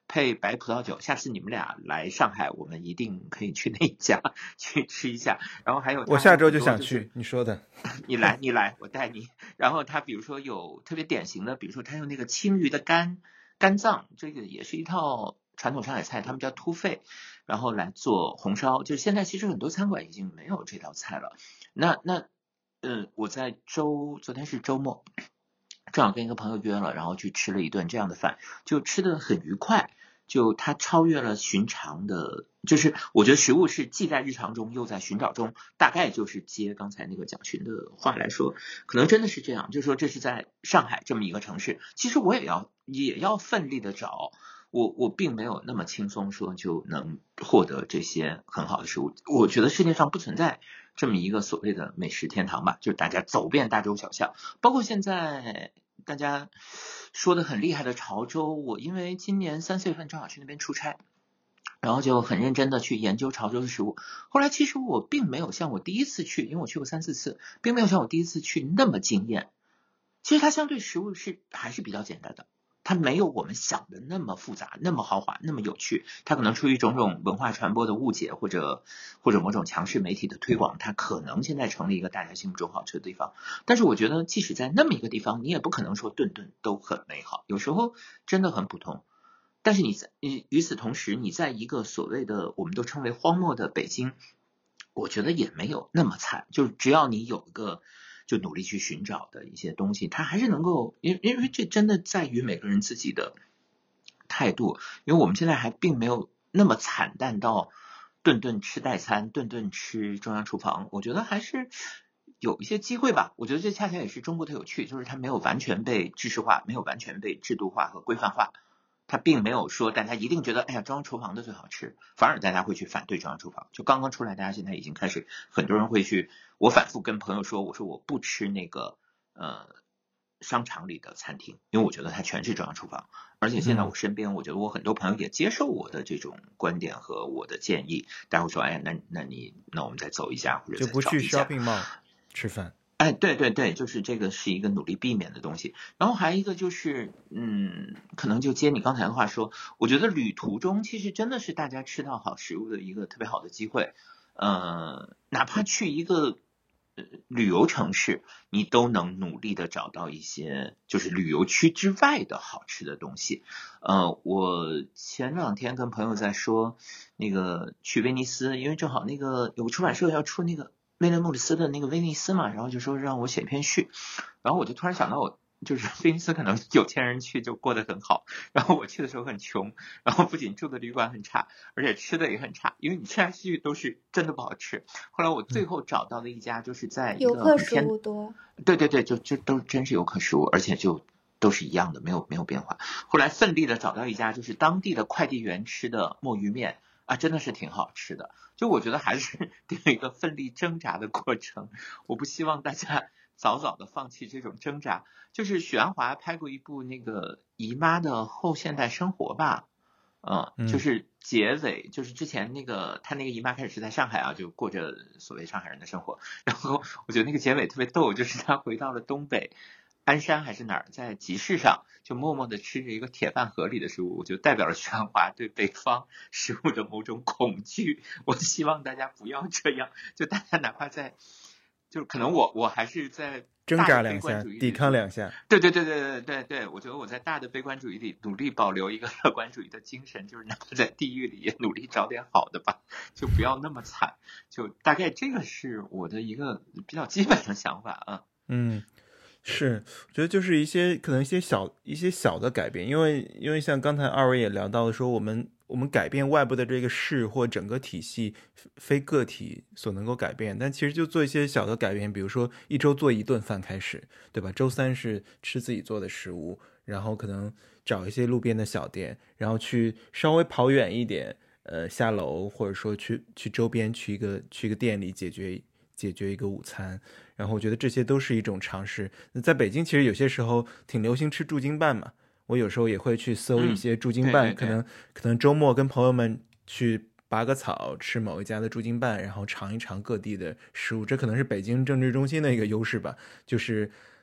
配白葡萄酒，下次你们俩来上海，我们一定可以去那一家去吃一下。然后还有我下周就想就是去，你说的， 你来你来，我带你。然后他比如说有特别典型的，比如说他用那个青鱼的肝肝脏，这个也是一套传统上海菜，他们叫突肺，然后来做红烧。就是现在其实很多餐馆已经没有这道菜了。那那呃，我在周昨天是周末，正好跟一个朋友约了，然后去吃了一顿这样的饭，就吃得很愉快。就它超越了寻常的，就是我觉得食物是既在日常中又在寻找中，大概就是接刚才那个蒋勋的话来说，可能真的是这样，就是说这是在上海这么一个城市，其实我也要也要奋力的找，我我并没有那么轻松说就能获得这些很好的食物，我觉得世界上不存在这么一个所谓的美食天堂吧，就是大家走遍大洲小巷，包括现在大家说的很厉害的潮州，我因为今年三四月份正好去那边出差，然后就很认真的去研究潮州的食物。后来其实我并没有像我第一次去，因为我去过三四次，并没有像我第一次去那么惊艳。其实它相对食物是还是比较简单的，它没有我们想的那么复杂，那么豪华，那么有趣。它可能出于种种文化传播的误解，或者或者某种强势媒体的推广，它可能现在成了一个大家心目中好吃的地方。但是我觉得即使在那么一个地方，你也不可能说顿顿都很美好，有时候真的很普通。但是你在与此同时，你在一个所谓的我们都称为荒漠的北京，我觉得也没有那么惨，就只要你有一个就努力去寻找的一些东西，它还是能够，因为因为这真的在于每个人自己的态度，因为我们现在还并没有那么惨淡到顿顿吃代餐，顿顿吃中央厨房，我觉得还是有一些机会吧。我觉得这恰恰也是中国的有趣，就是它没有完全被知识化，没有完全被制度化和规范化。它并没有说大家一定觉得哎呀中央厨房的最好吃，反而大家会去反对中央厨房。就刚刚出来，大家现在已经开始，很多人会去，我反复跟朋友说，我说我不吃那个呃商场里的餐厅，因为我觉得它全是中央厨房。而且现在我身边，我觉得我很多朋友也接受我的这种观点和我的建议，大家会说，哎呀，那那你那我们再走一下，或者就不去再找一下 shopping mall 吃饭。 哎，对对对，就是这个是一个努力避免的东西。然后还有一个就是，嗯，可能就接你刚才的话说，我觉得旅途中其实真的是大家吃到好食物的一个特别好的机会。呃，哪怕去一个呃旅游城市，你都能努力的找到一些就是旅游区之外的好吃的东西。呃，我前两天跟朋友在说，那个去威尼斯，因为正好那个有个出版社要出那个威廉姆里斯的那个威尼斯嘛，然后就说让我写一篇序，然后我就突然想到我就是威尼斯可能有钱人去就过得很好，然后我去的时候很穷，然后不仅住的旅馆很差，而且吃的也很差，因为你吃来吃去都是真的不好吃。后来我最后找到的一家就是在一个游客食物多， 对对对，就就都真是游客食物，而且就都是一样的，没有没有变化。后来奋力的找到一家就是当地的快递员吃的墨鱼面啊，真的是挺好吃的。就我觉得还是得有一个奋力挣扎的过程，我不希望大家早早的放弃这种挣扎。就是许鞍华拍过一部那个姨妈的后现代生活吧，嗯，就是结尾，就是之前那个他那个姨妈开始是在上海啊，就过着所谓上海人的生活，然后我觉得那个结尾特别逗，就是他回到了东北鞍山还是哪儿，在集市上就默默的吃着一个铁饭盒里的食物，我就代表了许鞍华对北方食物的某种恐惧。我希望大家不要这样，就大家哪怕在，就是可能我我还是在挣扎两下，抵抗两下。 对对对对对对对，我觉得我在大的悲观主义里努力保留一个乐观主义的精神，就是哪怕在地狱里也努力找点好的吧，就不要那么惨。就大概这个是我的一个比较基本的想法啊。 嗯。是，我觉得就是一些可能一些小一些小的改变，因为因为像刚才二位也聊到说，我们我们改变外部的这个事或整个体系非个体所能够改变，但其实就做一些小的改变，比如说一周做一顿饭开始，对吧？周三是吃自己做的食物，然后可能找一些路边的小店，然后去稍微跑远一点，呃，下楼或者说去去周边去一个去一个店里解决解决一个午餐。然后我觉得这些都是一种尝试。那在北京其实有些时候挺流行吃驻京办嘛，我有时候也会去搜一些驻京办、嗯、可能可能周末跟朋友们去拔个草，吃某一家的驻京办，然后尝一尝各地的食物，这可能是北京政治中心的一个优势吧，就是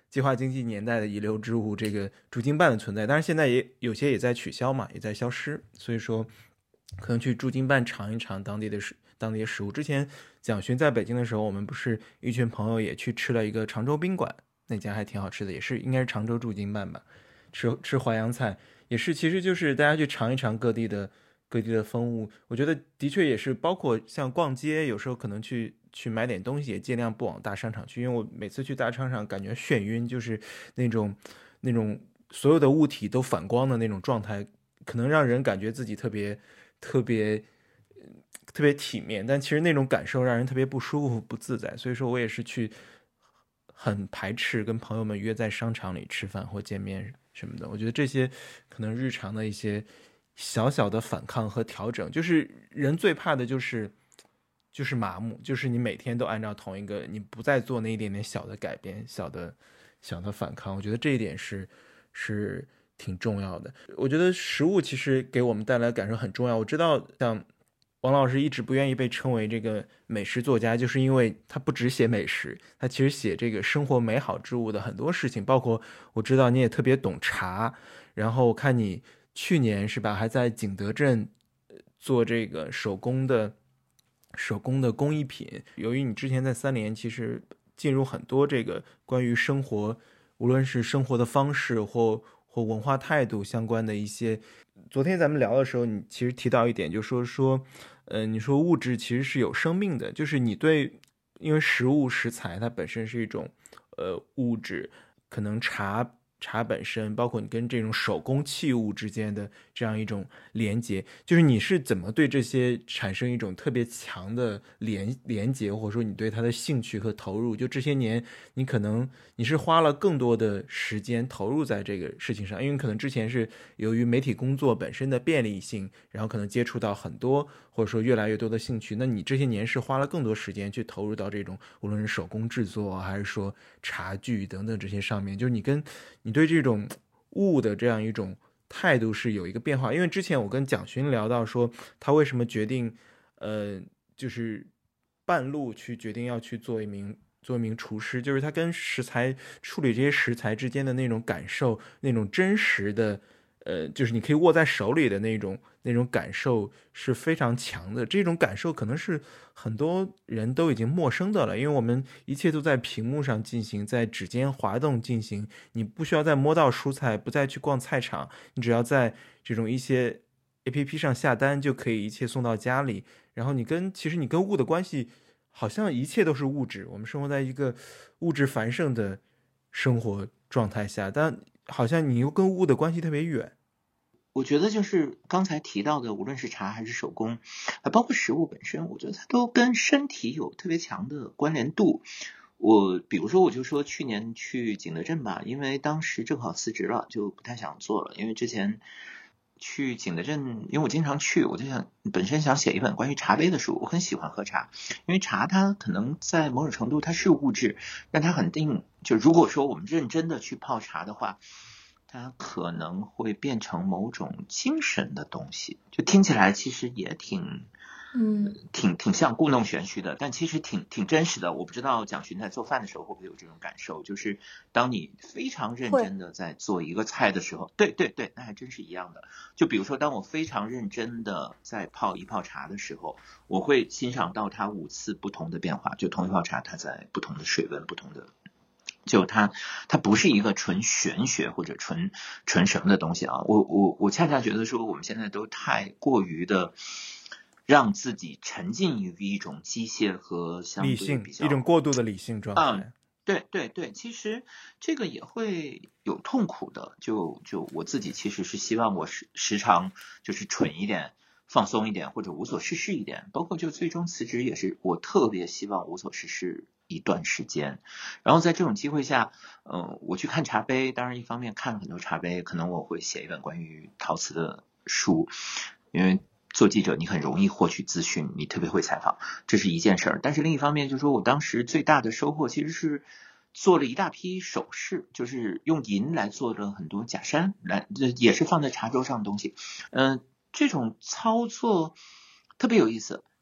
计划经济年代的遗留之物，这个驻京办的存在，当然现在也有些也在取消嘛，也在消失，所以说可能去驻京办尝一尝当地的食当地的食物。之前蒋勋在北京的时候，我们不是一群朋友也去吃了一个常州宾馆，那家还挺好吃的，也是应该是常州驻京办吧，吃吃淮扬菜，也是其实就是大家去尝一尝各地的各地的风物。我觉得的确也是，包括像逛街，有时候可能去去买点东西，也尽量不往大商场去，因为我每次去大商场感觉眩晕，就是那种那种所有的物体都反光的那种状态，可能让人感觉自己特别特别特别体面，但其实那种感受让人特别不舒服不自在。所以说我也是去很排斥跟朋友们约在商场里吃饭或见面什么的。我觉得这些可能日常的一些小小的反抗和调整，就是人最怕的就是就是麻木，就是你每天都按照同一个，你不再做那一点点小的改变，小的小的反抗。我觉得这一点是是挺重要的。我觉得食物其实给我们带来的感受很重要。我知道像王老师一直不愿意被称为这个美食作家，就是因为他不只写美食，他其实写这个生活美好之物的很多事情，包括我知道你也特别懂茶，然后我看你去年是吧，还在景德镇做这个手工的手工的工艺品。由于你之前在三联其实进入很多这个关于生活，无论是生活的方式或或文化态度相关的一些，昨天咱们聊的时候，你其实提到一点，就说说，呃，你说物质其实是有生命的，就是你对，因为食物食材它本身是一种，呃，物质，可能茶茶本身，包括你跟这种手工器物之间的这样一种连接，就是你是怎么对这些产生一种特别强的连连接，或者说你对它的兴趣和投入？就这些年，你可能你是花了更多的时间投入在这个事情上，因为可能之前是由于媒体工作本身的便利性，然后可能接触到很多或者说越来越多的兴趣，那你这些年是花了更多时间去投入到这种无论是手工制作还是说茶具等等这些上面，就是你跟你对这种物的这样一种态度是有一个变化。因为之前我跟蒋勋聊到说他为什么决定呃就是半路去决定要去做一名做一名厨师，就是他跟食材处理这些食材之间的那种感受，那种真实的呃就是你可以握在手里的那种那种感受是非常强的。这种感受可能是很多人都已经陌生的了，因为我们一切都在屏幕上进行，在指尖滑动进行，你不需要再摸到蔬菜，不再去逛菜场，你只要在这种一些 A P P 上下单就可以一切送到家里。然后你跟其实你跟物的关系好像一切都是物质，我们生活在一个物质繁盛的生活状态下，但好像你又跟物的关系特别远。 我觉得就是刚才提到的，无论是茶还是手工，包括食物本身，我觉得它都跟身体有特别强的关联度。我比如说，我就说去年去景德镇吧，因为当时正好辞职了，就不太想做了。因为之前去景德镇，因为我经常去，我就想本身想写一本关于茶杯的书，我很喜欢喝茶，因为茶它可能在某种程度它是物质，但它肯定就如果说我们认真的去泡茶的话，它可能会变成某种精神的东西，就听起来其实也挺嗯， 挺挺像故弄玄虚的，但其实挺挺真实的。我不知道蒋勋在做饭的时候会不会有这种感受，就是当你非常认真的在做一个菜的时候，对对对，那还真是一样的。就比如说当我非常认真的在泡一泡茶的时候，我会欣赏到它五次不同的变化，就同一泡茶它在不同的水温不同的，就它它不是一个纯玄学或者纯纯什么的东西啊。我我我恰恰觉得说我们现在都太过于的让自己沉浸于一种机械和相对理性比较一种过度的理性状态。 嗯，对对对，其实这个也会有痛苦的。就就我自己其实是希望我时时常就是蠢一点，放松一点，或者无所事事一点。包括就最终辞职也是，我特别希望无所事事一段时间。然后在这种机会下，嗯、呃，我去看茶杯，当然一方面看了很多茶杯，可能我会写一本关于陶瓷的书，因为做记者你很容易获取资讯，你特别会采访，这是一件事儿。但是另一方面就是说我当时最大的收获其实是做了一大批首饰，就是用银来做了很多假山，来也是放在茶桌上的东西。嗯、呃，这种操作特别有意思。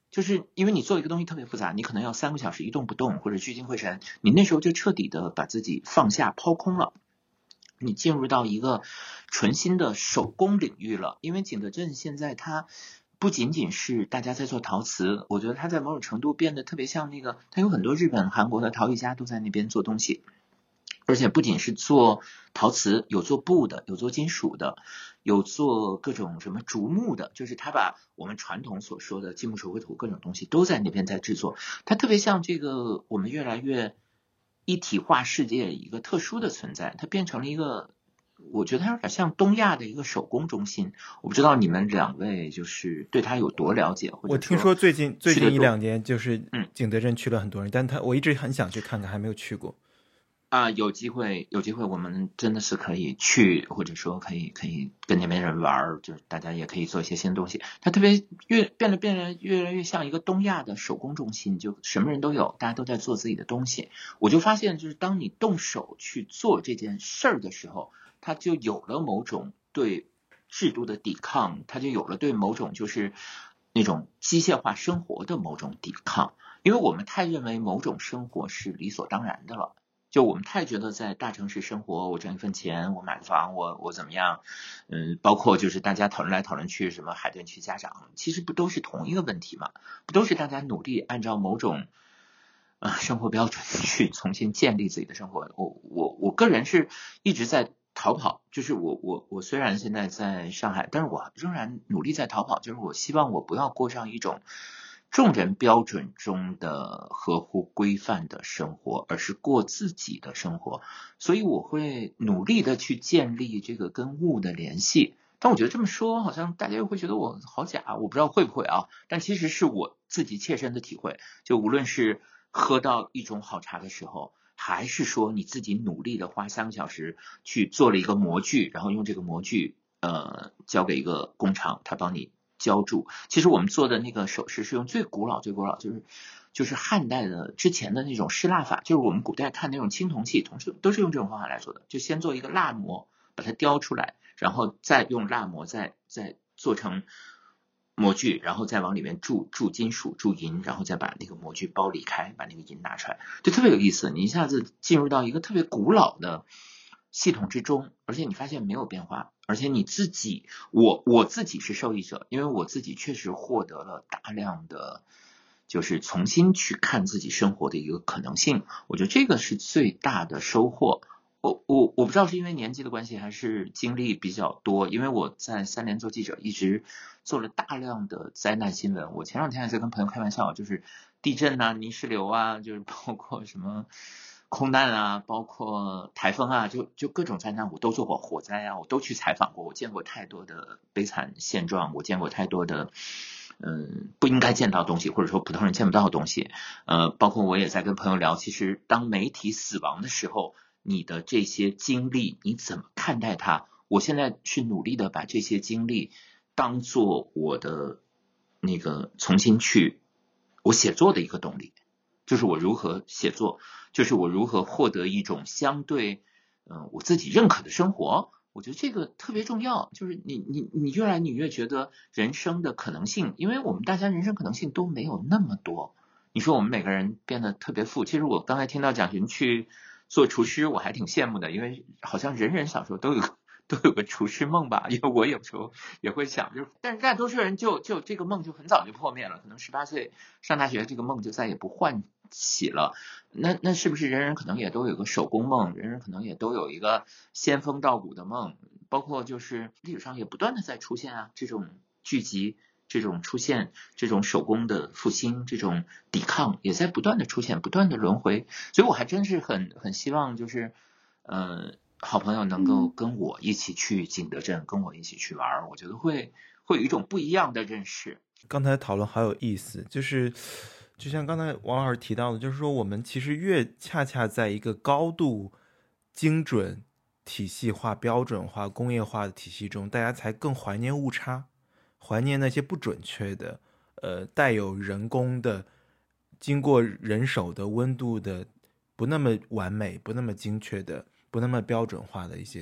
就是因为你做一个东西特别复杂，你可能要三个小时一动不动或者聚精会神，你那时候就彻底的把自己放下抛空了，你进入到一个纯新的手工领域了。因为景德镇现在它不仅仅是大家在做陶瓷，我觉得它在某种程度变得特别像那个，它有很多日本韩国的陶艺家都在那边做东西，而且不仅是做陶瓷，有做布的，有做金属的，有做各种什么竹木的，就是他把我们传统所说的金木手绘土各种东西都在那边在制作。它特别像这个我们越来越一体化世界一个特殊的存在，它变成了一个，我觉得它有点像东亚的一个手工中心。我不知道你们两位就是对它有多了解，或者我听说最近最近一两年就是嗯景德镇去了很多人，但他我一直很想去看看，还没有去过。 啊，有机会，有机会，我们真的是可以去，或者说可以可以跟那边人玩，就是大家也可以做一些新东西。它特别越变得变得越来越像一个东亚的手工中心，就什么人都有，大家都在做自己的东西。我就发现，就是当你动手去做这件事儿的时候，它就有了某种对制度的抵抗，它就有了对某种就是那种机械化生活的某种抵抗，因为我们太认为某种生活是理所当然的了。就我们太觉得在大城市生活，我挣一份钱，我买个房，我我怎么样，嗯，包括就是大家讨论来讨论去，什么海淀区家长，其实不都是同一个问题吗？不都是大家努力按照某种呃生活标准去重新建立自己的生活？我我我个人是一直在逃跑，就是我我我虽然现在在上海，但是我仍然努力在逃跑，就是我希望我不要过上一种众人标准中的合乎规范的生活，而是过自己的生活。所以我会努力的去建立这个跟物的联系。但我觉得这么说好像大家又会觉得我好假，我不知道会不会啊，但其实是我自己切身的体会。就无论是喝到一种好茶的时候，还是说你自己努力的花三个小时去做了一个模具，然后用这个模具呃交给一个工厂，他帮你浇筑。其实我们做的那个首饰是用最古老最古老就是就是汉代的之前的那种失蜡法，就是我们古代看那种青铜器，同时都是用这种方法来做的，就先做一个蜡模，把它雕出来，然后再用蜡模再再做成模具，然后再往里面注注金属注银，然后再把那个模具剥离开，把那个银拿出来，就特别有意思。你一下子进入到一个特别古老的系统之中，而且你发现没有变化，而且你自己我我自己是受益者，因为我自己确实获得了大量的就是重新去看自己生活的一个可能性。我觉得这个是最大的收获。我我我不知道是因为年纪的关系还是经历比较多，因为我在三联做记者，一直做了大量的灾难新闻。我前两天还在跟朋友开玩笑，就是地震啊、泥石流啊，就是包括什么空难啊，包括台风啊，就就各种灾难我都做过，火灾啊我都去采访过，我见过太多的悲惨现状，我见过太多的嗯不应该见到的东西，或者说普通人见不到的东西。呃，包括我也在跟朋友聊，其实当媒体死亡的时候，你的这些经历你怎么看待它？我现在是努力的把这些经历当做我的那个重新去我写作的一个动力，就是我如何写作，就是我如何获得一种相对嗯、呃、我自己认可的生活。我觉得这个特别重要，就是你你你越来你越觉得人生的可能性，因为我们大家人生可能性都没有那么多。你说我们每个人变得特别富，其实我刚才听到蒋勋去做厨师，我还挺羡慕的，因为好像人人小时候都有都有个厨师梦吧，因为我有时候也会想，就是但是大多数人就就这个梦就很早就破灭了，可能十八岁上大学这个梦就再也不唤起了。那那是不是人人可能也都有个手工梦，人人可能也都有一个仙风道骨的梦，包括就是历史上也不断的在出现啊这种剧集，这种出现，这种手工的复兴，这种抵抗也在不断的出现，不断的轮回。所以我还真是很很希望就是呃好朋友能够跟我一起去景德镇，跟我一起去玩，我觉得会会有一种不一样的认识。 刚才讨论好有意思，就是就像刚才王老师提到的，就是说我们其实越恰恰在一个高度精准体系化标准化工业化的体系中，大家才更怀念误差，怀念那些不准确的呃带有人工的经过人手的温度的不那么完美不那么精确的不那么标准化的一些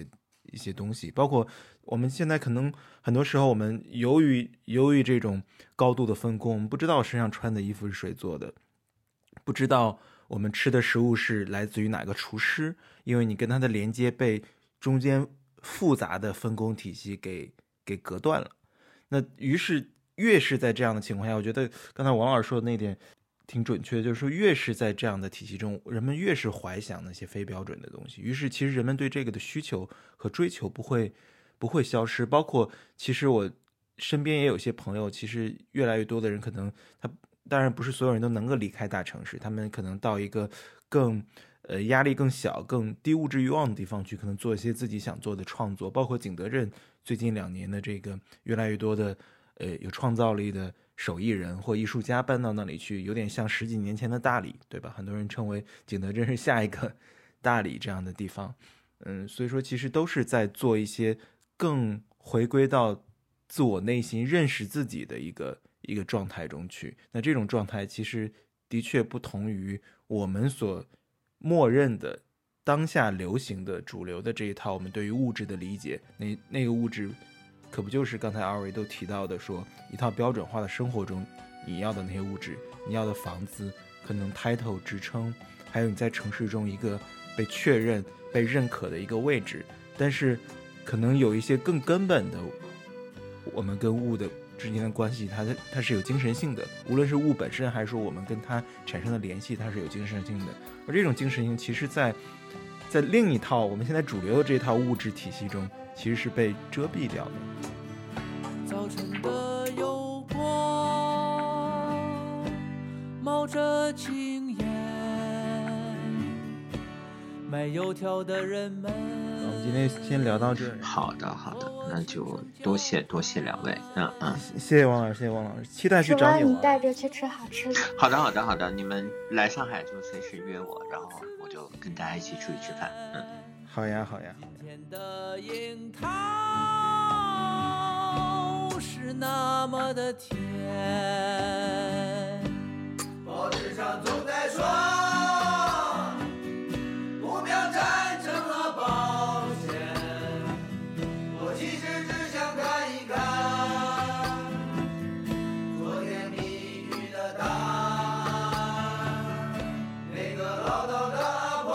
一些东西，包括我们现在可能很多时候我们由于由于这种高度的分工，我们不知道身上穿的衣服是谁做的，不知道我们吃的食物是来自于哪个厨师，因为你跟他的连接被中间复杂的分工体系给给隔断了。那于是越是在这样的情况下，我觉得刚才王老师说的那点挺准确，就是说越是在这样的体系中，人们越是怀想那些非标准的东西，于是其实人们对这个的需求和追求不会不会消失。包括其实我身边也有些朋友，其实越来越多的人可能他当然不是所有人都能够离开大城市，他们可能到一个更呃压力更小更低物质欲望的地方去，可能做一些自己想做的创作。包括景德镇最近两年的这个越来越多的呃有创造力的手艺人或艺术家搬到那里去，有点像十几年前的大理，对吧？很多人称为景德镇是下一个大理这样的地方。嗯，所以说其实都是在做一些更回归到自我内心认识自己的一个一个状态中去。那这种状态其实的确不同于我们所默认的当下流行的主流的这一套我们对于物质的理解。那那个物质可不就是刚才二位都提到的，说一套标准化的生活中你要的那些物质，你要的房子，可能 title 职称，还有你在城市中一个被确认被认可的一个位置。但是可能有一些更根本的我们跟物的之间的关系，它它是有精神性的，无论是物本身还是说我们跟它产生的联系，它是有精神性的。而这种精神性其实在在另一套我们现在主流的这套物质体系中其实是被遮蔽掉的。 早晨的阳光冒着青烟，卖油条的人们。 我们今天先聊到这儿。 好的好的，那就多谢多谢两位。嗯嗯， 谢谢王老师，谢谢王老师，期待去找你玩。你带着去吃好吃的。 好的好的好的，你们来上海就随时约我，然后我就跟大家一起出去吃饭。嗯， 好呀好呀。 今天的樱桃是那么的甜，报纸上总在说股票战胜了保险，我其实只想看一看昨天谜语的答案。那个唠叨的阿婆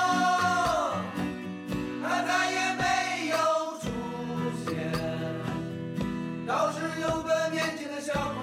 她再也没有出现，倒是有个年轻的小伙